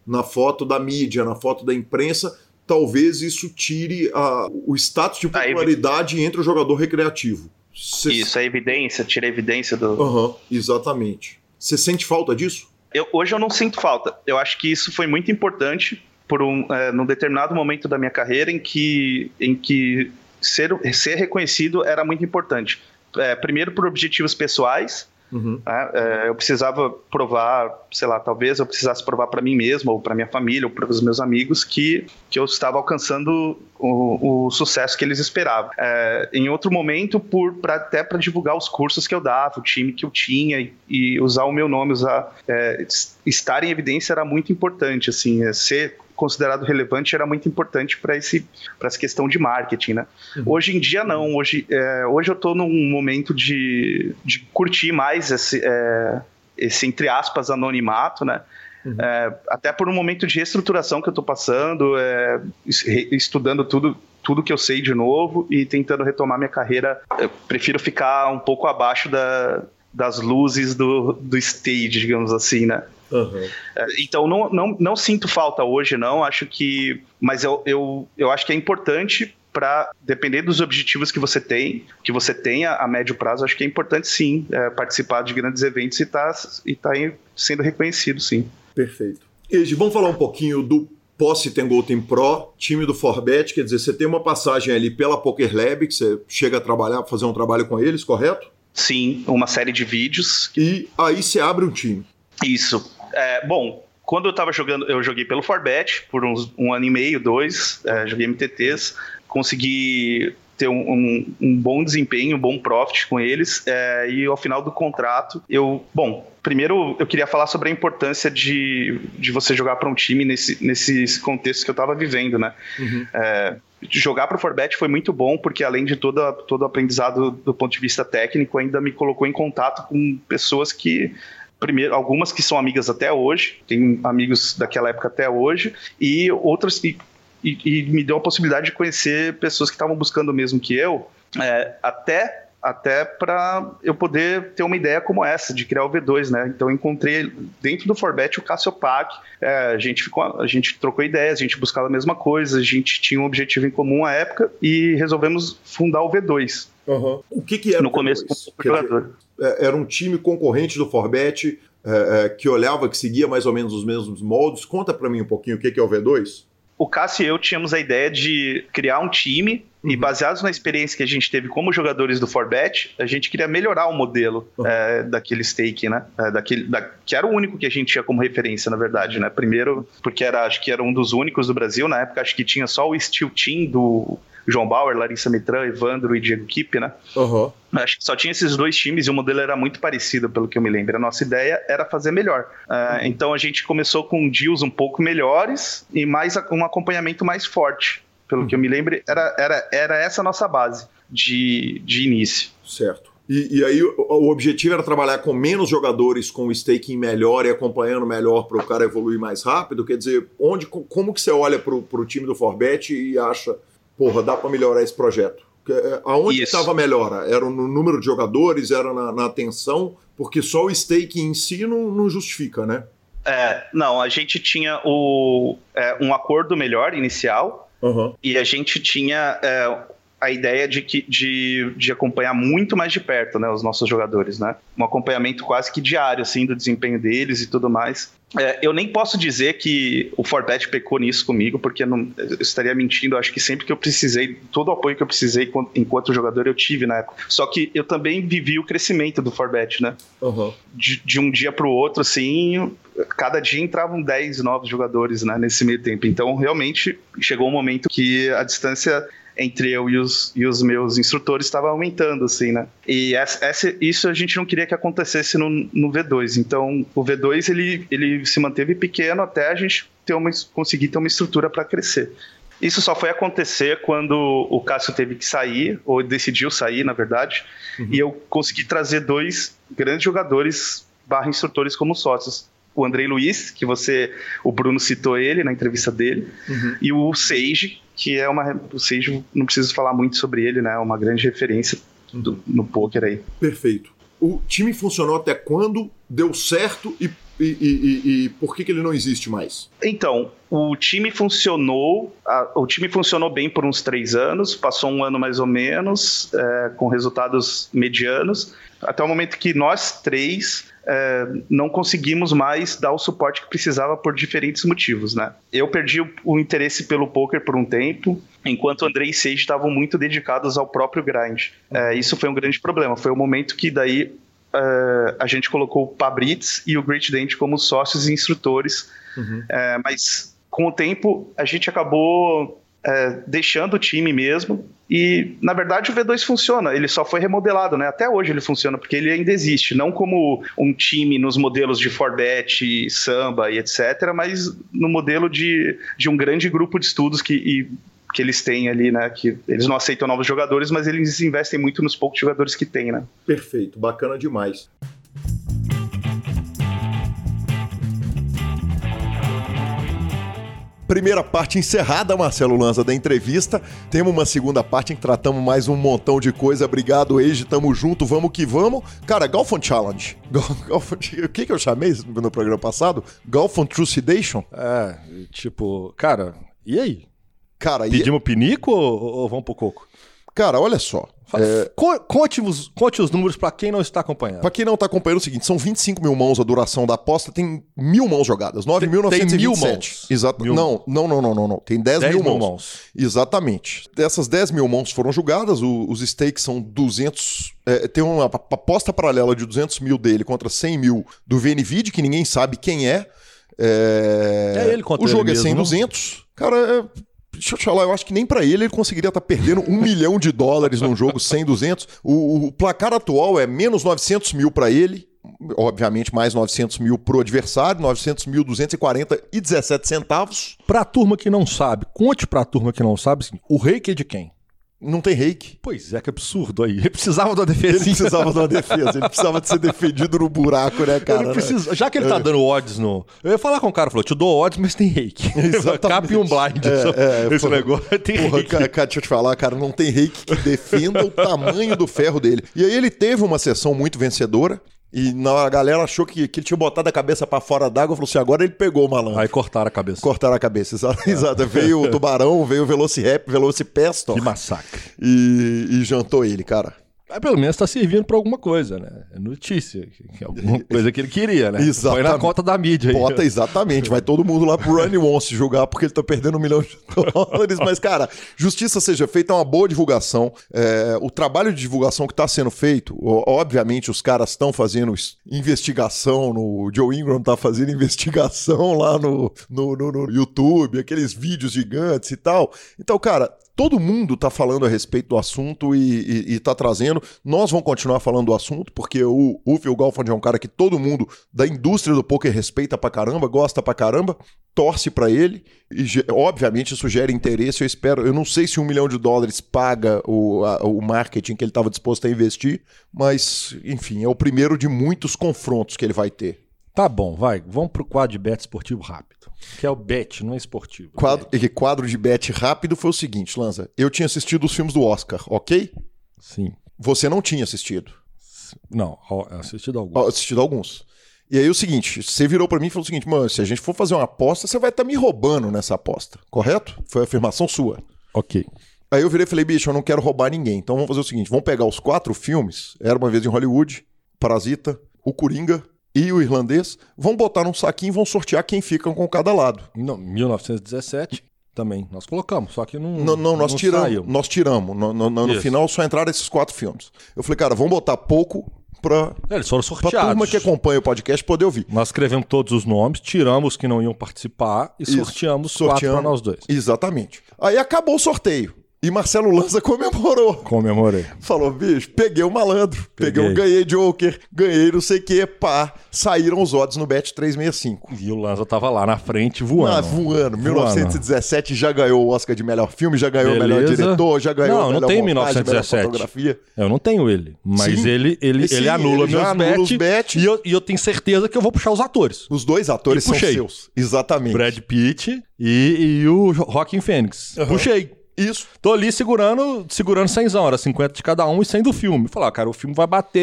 Speaker 1: na foto da mídia, na foto da imprensa, talvez isso tire a, o status de popularidade entre o jogador recreativo. Cê...
Speaker 3: Isso, a evidência, tira a evidência do...
Speaker 1: Uhum, exatamente. Você sente falta disso?
Speaker 3: Eu, hoje eu não sinto falta. Eu acho que isso foi muito importante por um, é, num determinado momento da minha carreira em que, em que ser, ser reconhecido era muito importante. É, primeiro por objetivos pessoais. Uhum. É, eu precisava provar, sei lá, talvez eu precisasse provar para mim mesmo, ou para minha família, ou para os meus amigos que, que eu estava alcançando o, o sucesso que eles esperavam. É, em outro momento, por, pra, até para divulgar os cursos que eu dava, o time que eu tinha, e, e usar o meu nome, usar, é, estar em evidência era muito importante, assim, é, ser considerado relevante era muito importante para esse para essa questão de marketing, né? Uhum. Hoje em dia não, hoje, é, hoje eu estou num momento de, de curtir mais esse, é, esse, entre aspas, anonimato, né? Uhum. É, até por um momento de reestruturação que eu estou passando, é, estudando tudo, tudo que eu sei de novo e tentando retomar minha carreira. Eu prefiro ficar um pouco abaixo da, das luzes do, do stage, digamos assim, né? Uhum. Então não, não, não sinto falta hoje, não. Acho que, mas eu, eu, eu acho que é importante para, depender dos objetivos que você tem, que você tenha a médio prazo, acho que é importante sim é, participar de grandes eventos e tá, e tá sendo reconhecido, sim.
Speaker 1: Perfeito. Egi, vamos falar um pouquinho do pós-Tengo Team Pro, time do Forbet. Quer dizer, você tem uma passagem ali pela Poker Lab, que você chega a trabalhar, fazer um trabalho com eles, correto?
Speaker 3: Sim, uma série de vídeos.
Speaker 1: E aí você abre um time.
Speaker 3: Isso. É, bom, quando eu estava jogando, eu joguei pelo Forbet por uns, um ano e meio, dois, é, joguei M T Ts, consegui ter um, um, um bom desempenho, um bom profit com eles, é, e ao final do contrato, eu, bom, primeiro eu queria falar sobre a importância de, de você jogar para um time nesse, nesse contexto que eu estava vivendo, né? Uhum. É, jogar para o Forbet foi muito bom, porque além de todo, todo o aprendizado do ponto de vista técnico, ainda me colocou em contato com pessoas que primeiro, algumas que são amigas até hoje, tenho amigos daquela época até hoje, e outras, e, e, e me deu a possibilidade de conhecer pessoas que estavam buscando o mesmo que eu, é, até, até para eu poder ter uma ideia como essa, de criar o V dois, né? Então eu encontrei dentro do Forbet o Cássio Pac, é, a, gente ficou, a gente trocou ideias, a gente buscava a mesma coisa, a gente tinha um objetivo em comum à época e resolvemos fundar o V dois.
Speaker 1: Uhum. O que, que era
Speaker 3: no começo como jogador?
Speaker 1: Era um time concorrente do Forbet, é, é, que olhava, que seguia mais ou menos os mesmos moldes. Conta pra mim um pouquinho o que, que é o V dois.
Speaker 3: O Cássio e eu tínhamos a ideia de criar um time, uhum. e baseados na experiência que a gente teve como jogadores do Forbet, a gente queria melhorar o modelo uhum. é, daquele stake, né? É, daquele, da, que era o único que a gente tinha como referência, na verdade, né? Primeiro, porque era, acho que era um dos únicos do Brasil, na época acho que tinha só o Steel Team do João Bauer, Larissa Mitran, Evandro e Diego Kipp, né? Uhum. Acho que só tinha esses dois times e o modelo era muito parecido, pelo que eu me lembro. A nossa ideia era fazer melhor. Uh, uhum. Então a gente começou com deals um pouco melhores e mais um acompanhamento mais forte. Pelo uhum. que eu me lembro, era, era, era essa a nossa base de, de início.
Speaker 1: Certo. E, e aí o, o objetivo era trabalhar com menos jogadores, com o staking melhor e acompanhando melhor para o cara evoluir mais rápido? Quer dizer, onde, como que você olha para o time do Forbet e acha, porra, dá para melhorar esse projeto? Aonde estava melhor? Era no número de jogadores? Era na, na atenção? Porque só o staking em si não, não justifica, né?
Speaker 3: É, não, a gente tinha o, é, um acordo melhor inicial, uhum. e a gente tinha é, a ideia de, que, de, de acompanhar muito mais de perto, né, os nossos jogadores, né? Um acompanhamento quase que diário, assim, do desempenho deles e tudo mais. É, eu nem posso dizer que o Forbet pecou nisso comigo, porque não, eu estaria mentindo. Acho que sempre que eu precisei, todo o apoio que eu precisei enquanto jogador eu tive na época. Só que eu também vivi o crescimento do Forbet, né? Uhum. De, de um dia para o outro, assim, cada dia entravam dez novos jogadores, né, nesse meio tempo. Então, realmente, chegou um momento que a distância entre eu e os, e os meus instrutores estava aumentando, assim, né? E essa, essa, isso a gente não queria que acontecesse no, no V dois. Então, o V dois, ele, ele se manteve pequeno até a gente ter uma, conseguir ter uma estrutura para crescer. Isso só foi acontecer quando o Cássio teve que sair, ou decidiu sair, na verdade, uhum. e eu consegui trazer dois grandes jogadores barra instrutores como sócios. O Andrei Luiz, que você, o Bruno citou ele na entrevista dele, uhum. e o Sage, que é uma, o Sage, não preciso falar muito sobre ele, né, é uma grande referência do, no poker aí.
Speaker 1: Perfeito. O time funcionou até quando? Deu certo e e, e, e, e por que, que ele não existe mais?
Speaker 3: Então, o time funcionou, a, o time funcionou bem por uns três anos, passou um ano mais ou menos, é, com resultados medianos, até o momento que nós três é, não conseguimos mais dar o suporte que precisava por diferentes motivos, né? Eu perdi o, o interesse pelo poker por um tempo, enquanto o André e Sage estavam muito dedicados ao próprio grind. É, isso foi um grande problema, foi o momento que daí é, a gente colocou o Pabritz e o Great Dent como sócios e instrutores, uhum. é, mas com o tempo a gente acabou é, deixando o time mesmo. E, na verdade, o V dois funciona, ele só foi remodelado, né? Até hoje ele funciona, porque ele ainda existe, não como um time nos modelos de four bet, samba e etcétera, mas no modelo de, de um grande grupo de estudos que, e, que eles têm ali, né? Que eles não aceitam novos jogadores, mas eles investem muito nos poucos jogadores que tem, né?
Speaker 1: Perfeito, bacana demais. Primeira parte encerrada, Marcelo Lanza, da entrevista. Temos uma segunda parte em que tratamos mais um montão de coisa. Obrigado, Age, tamo junto, vamos que vamos. Cara, Golfon Challenge. Golfon, o que que eu chamei no programa passado? Golfon Trucidation?
Speaker 2: É, tipo, cara, e aí?
Speaker 1: Cara,
Speaker 2: Pedimos e... pinico ou, ou vamos pro coco?
Speaker 1: Cara, olha só.
Speaker 2: É... Conte, os, conte os números para quem não está acompanhando.
Speaker 1: Para quem não está acompanhando, é o seguinte: são vinte e cinco mil mãos a duração da aposta, tem mil mãos jogadas. nove mil novecentos e vinte e sete. Exato. Mil... Não, não, não, não, não, não. Tem dez mil mãos. mãos. Exatamente. Dessas dez mil mãos foram jogadas, o, os stakes são duzentos. É, tem uma aposta paralela de duzentos mil dele contra cem mil do V N V I D, que ninguém sabe quem é. É,
Speaker 2: é ele contra
Speaker 1: O jogo
Speaker 2: ele
Speaker 1: é cem, duzentos. Cara, é. Deixa eu te falar, eu acho que nem pra ele ele conseguiria estar tá perdendo um milhão de dólares num jogo cem, duzentos. O, o placar atual é menos novecentos mil pra ele, obviamente mais novecentos mil pro adversário, novecentos mil duzentos e quarenta e dezessete centavos.
Speaker 2: Pra turma que não sabe, conte pra turma que não sabe, assim, o reiki é de quem?
Speaker 1: Não tem reiki.
Speaker 2: Pois é, que absurdo aí. Ele precisava de uma defesa.
Speaker 1: Ele precisava de uma defesa. Ele precisava de ser defendido no buraco, né, cara?
Speaker 2: Ele precisa... Já que ele tá é. dando odds no... Eu ia falar com o cara, falou, te dou odds, mas tem reiki. Cap e um blind.
Speaker 1: É, é,
Speaker 2: esse porra, negócio tem
Speaker 1: porra,
Speaker 2: reiki.
Speaker 1: Cara, deixa eu te falar, cara, não tem reiki que defenda o tamanho do ferro dele. E aí ele teve uma sessão muito vencedora. E na, a galera achou que, que ele tinha botado a cabeça pra fora d'água, falou assim, agora ele pegou o malandro.
Speaker 2: Aí cortaram a cabeça.
Speaker 1: Cortaram a cabeça, exato. É. exato. Veio o tubarão, veio o Velociraptor, Velocipastor.
Speaker 2: Que massacre.
Speaker 1: E, e jantou ele, cara.
Speaker 2: Mas pelo menos tá servindo pra alguma coisa, né? É notícia, alguma coisa que ele queria, né?
Speaker 1: Exatamente.
Speaker 2: Põe na conta da mídia aí.
Speaker 1: Bota, exatamente. Vai todo mundo lá pro Run One se julgar porque ele tá perdendo um milhão de dólares. Mas, cara, justiça seja feita, é uma boa divulgação. É, o trabalho de divulgação que tá sendo feito, obviamente os caras estão fazendo investigação, no Joe Ingram tá fazendo investigação lá no, no, no, no YouTube, aqueles vídeos gigantes e tal. Então, cara... Todo mundo tá falando a respeito do assunto e, e, e tá trazendo. Nós vamos continuar falando do assunto, porque o, o Phil Galfond é um cara que todo mundo da indústria do poker respeita pra caramba, gosta pra caramba, torce pra ele. E, obviamente, isso gera interesse. Eu espero, eu não sei se um milhão de dólares paga o, a, o marketing que ele estava disposto a investir, mas, enfim, é o primeiro de muitos confrontos que ele vai ter.
Speaker 2: Tá bom, vai. Vamos pro quadro de bet esportivo rápido. Que é o bet, não é esportivo.
Speaker 1: Quadro, é. quadro de bet rápido foi o seguinte, Lanza. Eu tinha assistido os filmes do Oscar, ok?
Speaker 2: Sim.
Speaker 1: Você não tinha assistido?
Speaker 2: Não, assistido alguns.
Speaker 1: Assistido alguns. E aí o seguinte, você virou pra mim e falou o seguinte, mano, se a gente for fazer uma aposta, você vai estar tá me roubando nessa aposta, correto? Foi a afirmação sua.
Speaker 2: Ok.
Speaker 1: Aí eu virei e falei, bicho, eu não quero roubar ninguém. Então vamos fazer o seguinte, vamos pegar os quatro filmes, Era Uma Vez em Hollywood, Parasita, O Coringa... e o irlandês, vão botar num saquinho e vão sortear quem fica com cada lado.
Speaker 2: Não, mil novecentos e dezessete também, nós colocamos, só que não
Speaker 1: Não, não nós,
Speaker 2: não
Speaker 1: tiramos,
Speaker 2: saiu.
Speaker 1: nós tiramos, no, no, no, no final só entraram esses quatro filmes. Eu falei, cara, vamos botar pouco pra,
Speaker 2: é, eles foram sorteados.
Speaker 1: Pra turma que acompanha o podcast poder ouvir.
Speaker 2: Nós escrevemos todos os nomes, tiramos os que não iam participar e Isso, sorteamos, sorteamos quatro pra nós dois.
Speaker 1: Exatamente. Aí acabou o sorteio. E Marcelo Lanza comemorou.
Speaker 2: Comemorei.
Speaker 1: Falou, bicho, peguei o malandro. Peguei, peguei ganhei Joker, ganhei não sei o que, pá. Saíram os odds no Bet trezentos e sessenta e cinco.
Speaker 2: E o Lanza tava lá na frente voando.
Speaker 1: Ah, voando. mil novecentos e dezessete já ganhou o Oscar de melhor filme, já ganhou o melhor diretor, já ganhou
Speaker 2: não,
Speaker 1: o melhor
Speaker 2: não tem
Speaker 1: montagem,
Speaker 2: mil novecentos e dezessete.
Speaker 1: Fotografia.
Speaker 2: Eu não tenho ele. Mas Sim. ele, ele, Sim, ele anula ele meus bets. Bet, e, eu, e eu tenho certeza que eu vou puxar os atores.
Speaker 1: Os dois atores são seus. Exatamente.
Speaker 2: Brad Pitt e, e o Joaquin Phoenix. Uhum. Puxei.
Speaker 1: Isso.
Speaker 2: Tô ali segurando, segurando cenzão, era cinquenta de cada um e cem do filme. Falar, ah, cara, o filme vai bater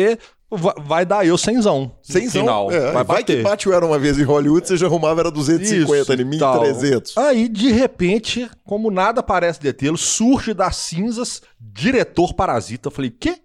Speaker 2: vai, vai dar eu cenzão.
Speaker 1: Cenzão?
Speaker 2: Final.
Speaker 1: É,
Speaker 2: vai,
Speaker 1: vai que bate o Era Uma Vez em Hollywood, você já arrumava, era duzentos e cinquenta em mim, trezentos.
Speaker 2: Aí, de repente, como nada parece detê-lo, surge das cinzas diretor Parasita. Eu falei, quê?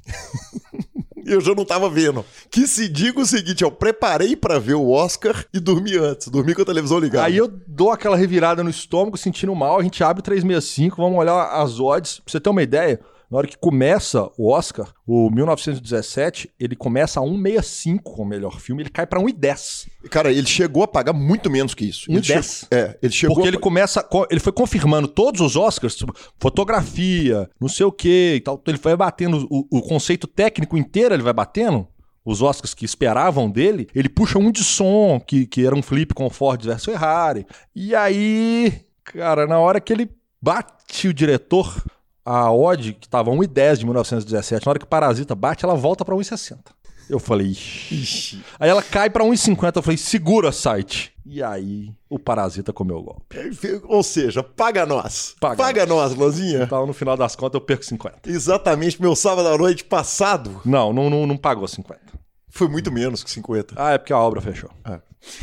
Speaker 1: Eu já não tava vendo. Que se diga o seguinte, eu preparei pra ver o Oscar e dormi antes. Dormi com a televisão ligada.
Speaker 2: Aí eu dou aquela revirada no estômago, sentindo mal, a gente abre o trezentos e sessenta e cinco, vamos olhar as odds. Pra você ter uma ideia, na hora que começa o Oscar, o mil novecentos e dezessete, ele começa a um vírgula sessenta e cinco com o melhor filme, ele cai pra um vírgula dez.
Speaker 1: Cara, ele chegou a pagar muito menos que isso.
Speaker 2: um vírgula dez.
Speaker 1: Che... É, ele chegou
Speaker 2: Porque
Speaker 1: a...
Speaker 2: ele começa, ele foi confirmando todos os Oscars, tipo, fotografia, não sei o que e tal. Ele vai batendo o, o conceito técnico inteiro, ele vai batendo. Os Oscars que esperavam dele, ele puxa um de som, que, que era um flip com Ford versus Ferrari. E aí, cara, na hora que ele bate o diretor, a odd, que tava um vírgula dez de mil novecentos e dezessete, na hora que Parasita bate, ela volta pra um vírgula sessenta. Eu falei, ixi. Aí ela cai pra um vírgula cinquenta, eu falei, segura, site. E aí, o Parasita comeu o golpe.
Speaker 1: Ou seja, paga nós.
Speaker 2: Paga,
Speaker 1: paga nós, Lanzinha.
Speaker 2: Então, no final das contas, eu perco cinquenta.
Speaker 1: Exatamente, meu sábado à noite passado.
Speaker 2: Não, não, não, não pagou cinquenta.
Speaker 1: Foi muito menos que cinquenta.
Speaker 2: Ah, é porque a obra fechou.
Speaker 1: É.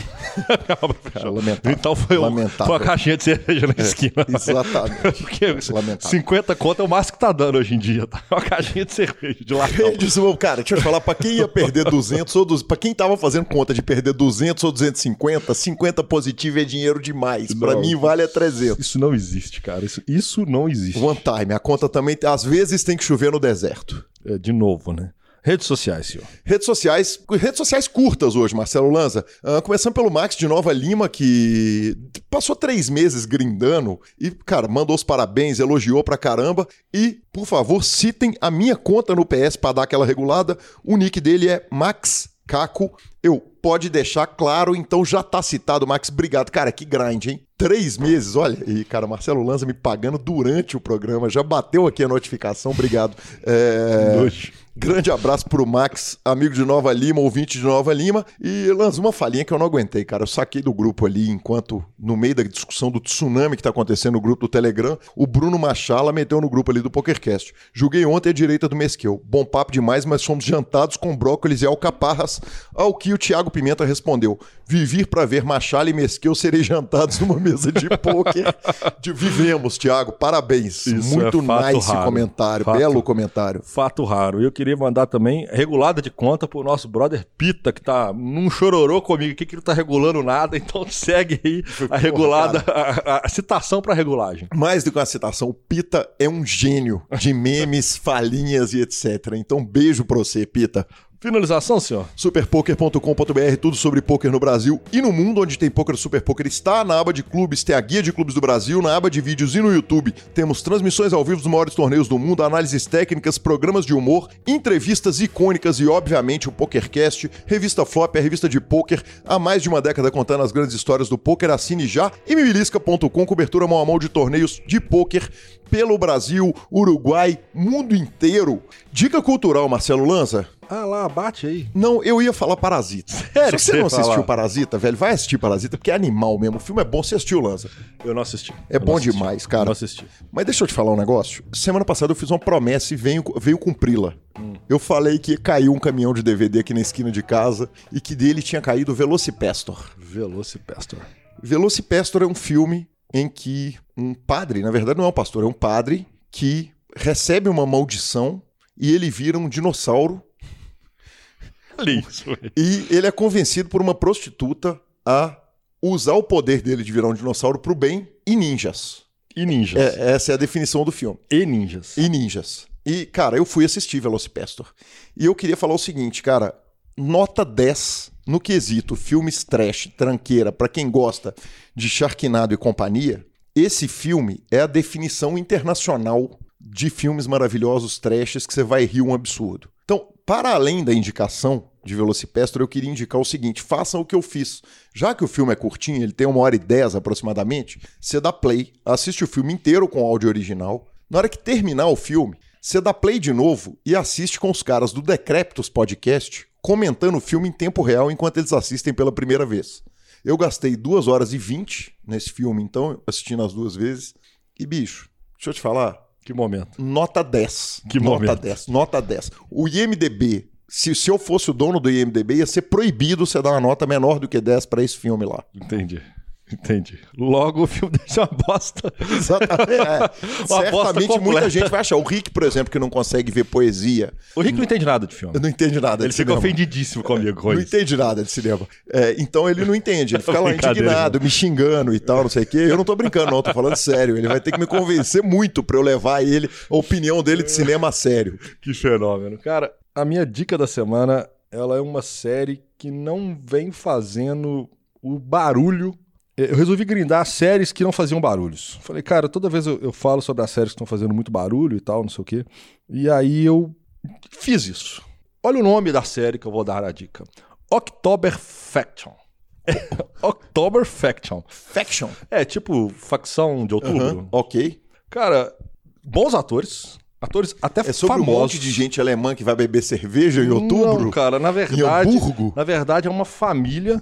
Speaker 2: a obra fechou.
Speaker 1: É, lamentável.
Speaker 2: Então foi, um, foi uma caixinha de cerveja na
Speaker 1: é,
Speaker 2: esquina.
Speaker 1: Exatamente.
Speaker 2: Porque
Speaker 1: lamentável.
Speaker 2: cinquenta conto é o máximo que tá dando hoje em dia. Tá? Uma caixinha de cerveja de latão.
Speaker 1: Cara, deixa eu te falar, pra quem ia perder duzentos ou duzentos, pra quem tava fazendo conta de perder duzentos ou duzentos e cinquenta, cinquenta positivo é dinheiro demais. Não, pra mim vale a trezentos.
Speaker 2: Isso não existe, cara. Isso, isso não existe.
Speaker 1: One time. A conta também, às vezes, tem que chover no deserto.
Speaker 2: É, de novo, né? Redes sociais, senhor.
Speaker 1: Redes sociais, redes sociais curtas hoje, Marcelo Lanza. Uh, começando pelo Max de Nova Lima, que passou três meses grindando e, cara, mandou os parabéns, elogiou pra caramba. E, por favor, citem a minha conta no P S pra dar aquela regulada. O nick dele é Max Caco. Eu, pode deixar claro, então já tá citado, Max. Obrigado. Cara, que grind, hein? Três meses, olha. E, cara, Marcelo Lanza me pagando durante o programa. Já bateu aqui a notificação, obrigado. É... Grande abraço pro Max, amigo de Nova Lima, ouvinte de Nova Lima. E, Lanza, uma falinha que eu não aguentei, cara. Eu saquei do grupo ali, enquanto, no meio da discussão do tsunami que tá acontecendo no grupo do Telegram, o Bruno Machala meteu no grupo ali do PokerCast. Julguei ontem a direita do Mesquil. Bom papo demais, mas fomos jantados com brócolis e alcaparras. Ao que o Thiago Pimenta respondeu: Vivir pra ver Machala e Mesquil serem jantados numa mesa de pôquer. De... Vivemos, Thiago. Parabéns.
Speaker 2: Isso
Speaker 1: muito
Speaker 2: é
Speaker 1: nice
Speaker 2: raro.
Speaker 1: comentário.
Speaker 2: Fato,
Speaker 1: Belo comentário.
Speaker 2: Fato raro. E eu queria mandar também regulada de conta pro nosso brother Pita, que tá num chororô comigo aqui, que não tá regulando nada. Então segue aí a regulada, a, a, a citação pra regulagem.
Speaker 1: Mais do que uma citação, o Pita é um gênio de memes, falinhas e etcétera. Então beijo pra você, Pita.
Speaker 2: Finalização, senhor?
Speaker 1: super poker ponto com ponto b r, tudo sobre poker no Brasil e no mundo. Onde tem poker, Super Poker está. Na aba de clubes tem a guia de clubes do Brasil, na aba de vídeos e no YouTube temos transmissões ao vivo dos maiores torneios do mundo, análises técnicas, programas de humor, entrevistas icônicas e, obviamente, o PokerCast, revista Flop, a revista de poker há mais de uma década contando as grandes histórias do poker. Assine já. e mibilisca ponto com, cobertura mão a mão de torneios de poker pelo Brasil, Uruguai, mundo inteiro. Dica cultural, Marcelo Lanza.
Speaker 2: Ah lá, bate aí.
Speaker 1: Não, eu ia falar Parasita.
Speaker 2: Sério?
Speaker 1: Se você não assistiu
Speaker 2: falar?
Speaker 1: Parasita, velho, vai assistir Parasita, porque é animal mesmo. O filme é bom. Você assistiu, Lanza?
Speaker 2: Eu não assisti.
Speaker 1: É
Speaker 2: eu
Speaker 1: bom
Speaker 2: assisti.
Speaker 1: demais, cara.
Speaker 2: Eu não assisti.
Speaker 1: Mas deixa eu te falar um negócio. Semana passada eu fiz uma promessa e venho, veio cumpri-la. Hum. Eu falei que caiu um caminhão de D V D aqui na esquina de casa e que dele tinha caído o Velocipastor.
Speaker 2: Velocipastor.
Speaker 1: Velocipastor é um filme em que um padre, na verdade não é um pastor, é um padre que recebe uma maldição e ele vira um dinossauro.
Speaker 2: Isso,
Speaker 1: e ele é convencido por uma prostituta a usar o poder dele de virar um dinossauro pro bem e ninjas.
Speaker 2: E ninjas.
Speaker 1: É, essa é a definição do filme.
Speaker 2: E ninjas.
Speaker 1: E ninjas. E, cara, eu fui assistir Velocipastor. E eu queria falar o seguinte, cara, nota dez no quesito filmes trash, tranqueira, pra quem gosta de Sharknado e companhia. Esse filme é a definição internacional de filmes maravilhosos, trashes, que você vai rir um absurdo. Então, para além da indicação de Velocipastor, eu queria indicar o seguinte: façam o que eu fiz. Já que o filme é curtinho, ele tem uma hora e dez aproximadamente, você dá play, assiste o filme inteiro com áudio original. Na hora que terminar o filme, você dá play de novo e assiste com os caras do Decrépitos Podcast comentando o filme em tempo real enquanto eles assistem pela primeira vez. Eu gastei duas horas e vinte nesse filme, então, assistindo as duas vezes. E, bicho, deixa eu te falar.
Speaker 2: Que momento.
Speaker 1: Nota dez.
Speaker 2: Que
Speaker 1: nota
Speaker 2: momento.
Speaker 1: dez. Nota dez. O I M D B Se, se eu fosse o dono do I M D B, ia ser proibido você dar uma nota menor do que dez pra esse filme lá.
Speaker 2: Entendi. Entendi. Logo o filme deixa uma bosta.
Speaker 1: Exatamente. É. Certamente muita gente vai achar. O Rick, por exemplo, que não consegue ver poesia.
Speaker 2: O Rick não entende nada de filme.
Speaker 1: Não entende nada
Speaker 2: ele
Speaker 1: de
Speaker 2: cinema. Ele
Speaker 1: cinema.
Speaker 2: fica ofendidíssimo comigo com
Speaker 1: Não
Speaker 2: isso.
Speaker 1: entende nada de cinema. É, então ele não entende. Ele fica lá indignado, me xingando e tal, não sei o quê. Eu não tô brincando, não. Tô falando sério. Ele vai ter que me convencer muito pra eu levar ele, a opinião dele de cinema a sério.
Speaker 2: Que fenômeno. Cara, a minha dica da semana, ela é uma série que não vem fazendo o barulho. Eu resolvi grindar séries que não faziam barulhos. Falei, cara, toda vez eu, eu falo sobre as séries que estão fazendo muito barulho e tal, não sei o quê. E aí eu fiz isso. Olha o nome da série que eu vou dar a dica. October Faction. October Faction.
Speaker 1: Faction?
Speaker 2: É, tipo facção de outubro.
Speaker 1: Uhum, ok.
Speaker 2: Cara, bons atores. Atores até
Speaker 1: é sobre
Speaker 2: famosos.
Speaker 1: um monte de gente alemã que vai beber cerveja em outubro?
Speaker 2: Não, cara, na verdade...
Speaker 1: Em Hamburgo?
Speaker 2: Na verdade, é uma família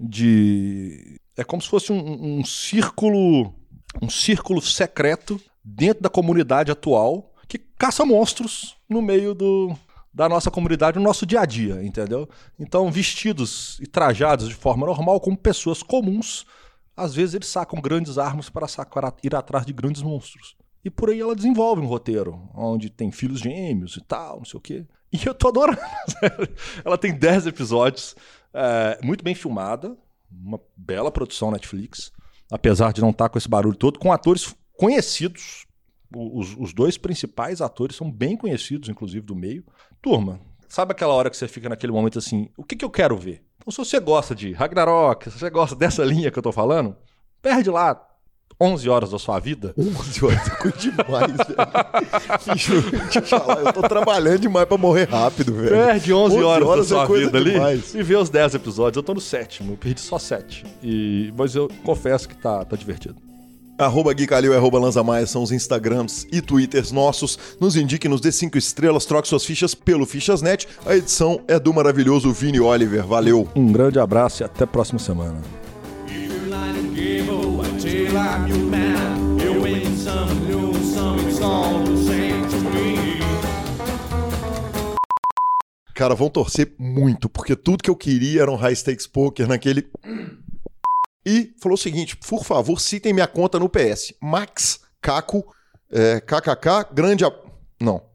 Speaker 2: de... É como se fosse um, um círculo um círculo secreto dentro da comunidade atual que caça monstros no meio do, da nossa comunidade, no nosso dia a dia, entendeu? Então, vestidos e trajados de forma normal, como pessoas comuns, às vezes eles sacam grandes armas para sacar, ir atrás de grandes monstros. E por aí ela desenvolve um roteiro, onde tem filhos gêmeos e tal, não sei o quê. E eu tô adorando. Ela tem dez episódios, é, muito bem filmada, uma bela produção Netflix, apesar de não estar com esse barulho todo, com atores conhecidos. Os, os dois principais atores são bem conhecidos, inclusive, do meio. Turma, sabe aquela hora que você fica naquele momento assim, o que, que eu quero ver? Então, se você gosta de Ragnarok, se você gosta dessa linha que eu tô falando, perde lá onze horas da sua vida.
Speaker 1: onze horas é coisa demais, velho. Bicho, deixa eu te falar, eu tô trabalhando demais pra morrer rápido, velho.
Speaker 2: Perde onze, onze horas, horas da sua
Speaker 1: é
Speaker 2: vida
Speaker 1: demais.
Speaker 2: ali e vê os dez episódios. Eu tô no sétimo, eu perdi só sete. E, mas eu confesso que tá, tá divertido.
Speaker 1: Arroba Gui Calil e arroba Lanza Maia são os Instagrams e Twitters nossos. Nos indique, nos dê cinco estrelas, troque suas fichas pelo Fichasnet. A edição é do maravilhoso Vini Oliver. Valeu.
Speaker 2: Um grande abraço e até a próxima semana.
Speaker 1: Cara, vão torcer muito, porque tudo que eu queria era um high stakes poker naquele... E falou o seguinte, por favor, citem minha conta no P S. Max Caco, é, K K K, grande... A... Não.